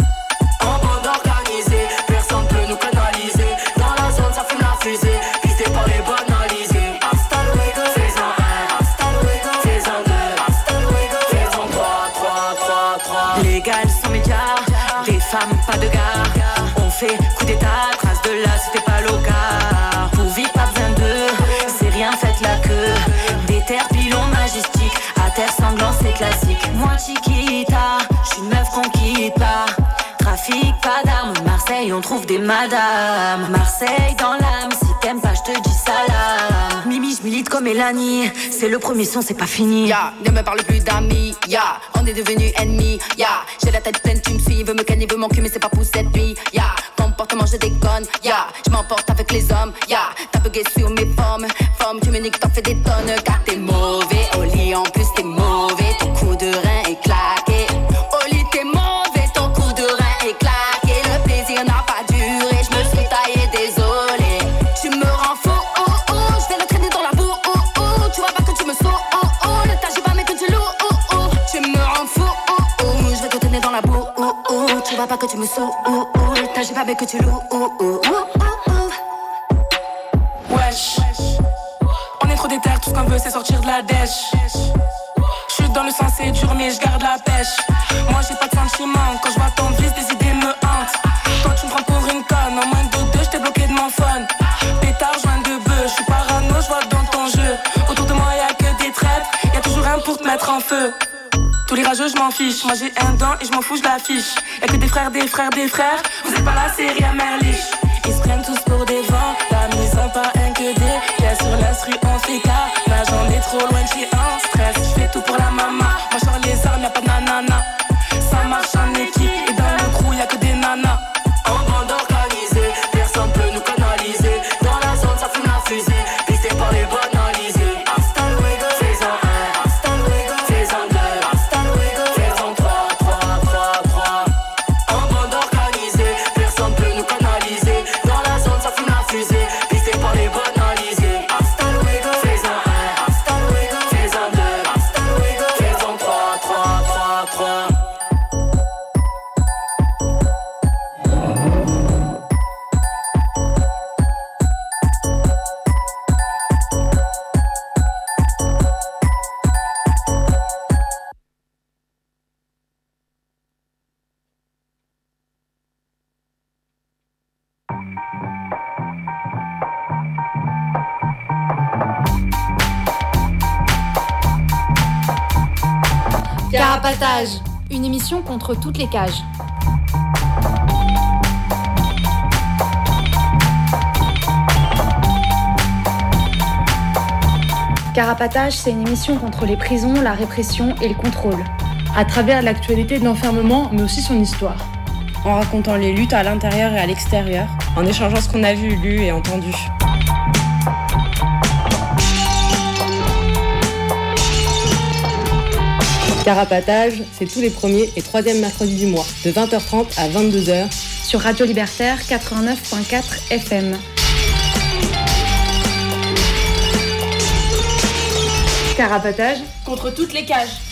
En bande organisée, personne peut nous canaliser. Dans la zone, ça fume la fusée, pisté par les banalisés. Hasta luego, fais-en un. Hasta luego, fais-en deux. Hasta luego, fais-en trois. Les gars, elles sont médias, les femmes, pas de gars. On fait coup d'état, trace de là, c'était pas local. Pour vivre, pas besoin d'eux, c'est rien, faites la queue. Des terres pilons majestiques, à terre sanglant, c'est classique. Moi, Chiquita, j'suis une meuf qu'on quitte pas. Trafic, pas d'armes, Marseille, on trouve des madames. Marseille dans l'âme, si t'aimes pas, j'te dis salam. Mimi, j'milite comme toi Mélanie. C'est le premier son, c'est pas fini. Ya, ne me parle plus d'amis. Ya, on est devenus ennemis. Ya, j'ai la tête pleine, tu me suis. Veut me canner, veut m'enculer, mais c'est pas pour cette nuit. Ya, comportement, je déconne. Ya, je m'emporte avec les hommes. Ya, t'as bugué sur mes formes. Forme, tu me niques, t'en fais des tonnes. Car t'es mauvais. Au lit, en plus, t'es mauvais. Ton coup de rein est claqué. Au lit, t'es mauvais. Ton coup de rein est claqué. Le plaisir n'a pas duré. Je me suis taillé, désolé. Tu me rends fou. Je vais le traîner dans la boue. Tu vois pas que tu me sauves. Le tas, j'ai pas, mais que tu loues. Tu me rends fou. Je vais te traîner dans la boue. Tu vois pas que tu me sauves. Le tas, j'ai pas, mais que tu loues. Wesh, on est trop déter, tout ce qu'on veut c'est sortir de la dèche. J'suis dans le sens c'est dur mais j'garde la pêche. Moi j'ai pas de sentiments, quand j'vois ton vice des idées me hantent. Toi tu me prends pour une conne, en moins de deux j't'ai bloqué de mon phone. Pétard, joint de bœuf, j'suis parano, j'vois dans ton jeu. Autour de moi y'a que des traîtres, y'a toujours un pour te mettre en feu. Tous les rageux j'm'en fiche, moi j'ai un dent et j'm'en fous j'l'affiche. Y'a que des frères, des frères, des frères, vous êtes pas la série à Merlich. Ils se prennent tous pour des vents, la maison pas un que des. Y'a sur l'instru on fait cas, là j'en ai trop loin j'suis en stress. J'fais tout pour la maman, moi j'sors les armes y'a pas de nanana. Ça marche en équipe et dans le crew y'a que des nanas. En bande organisée, personne peut nous canaliser. Dans la zone ça fume la fusée, pisté par les banalisés. Hasta luego, fais-en un, hasta luego, fais-en deux, hasta luego, fais-en trois. En bande organisée, personne peut nous canaliser. Dans la zone ça fume la fusée, pisté par les banalisés. Hasta luego, fais-en un, hasta luego, fais-en deux, hasta luego, fais-en trois. Carapatage, une émission contre toutes les cages. Carapatage, c'est une émission contre les prisons, la répression et le contrôle. À travers l'actualité de l'enfermement, mais aussi son histoire. En racontant les luttes à l'intérieur et à l'extérieur, en échangeant ce qu'on a vu, lu et entendu. Carapatage, c'est tous les premiers et troisièmes mercredis du mois, de 20h30 à 22h, Sur Radio Libertaire 89.4 FM. Carapatage Contre toutes les cages.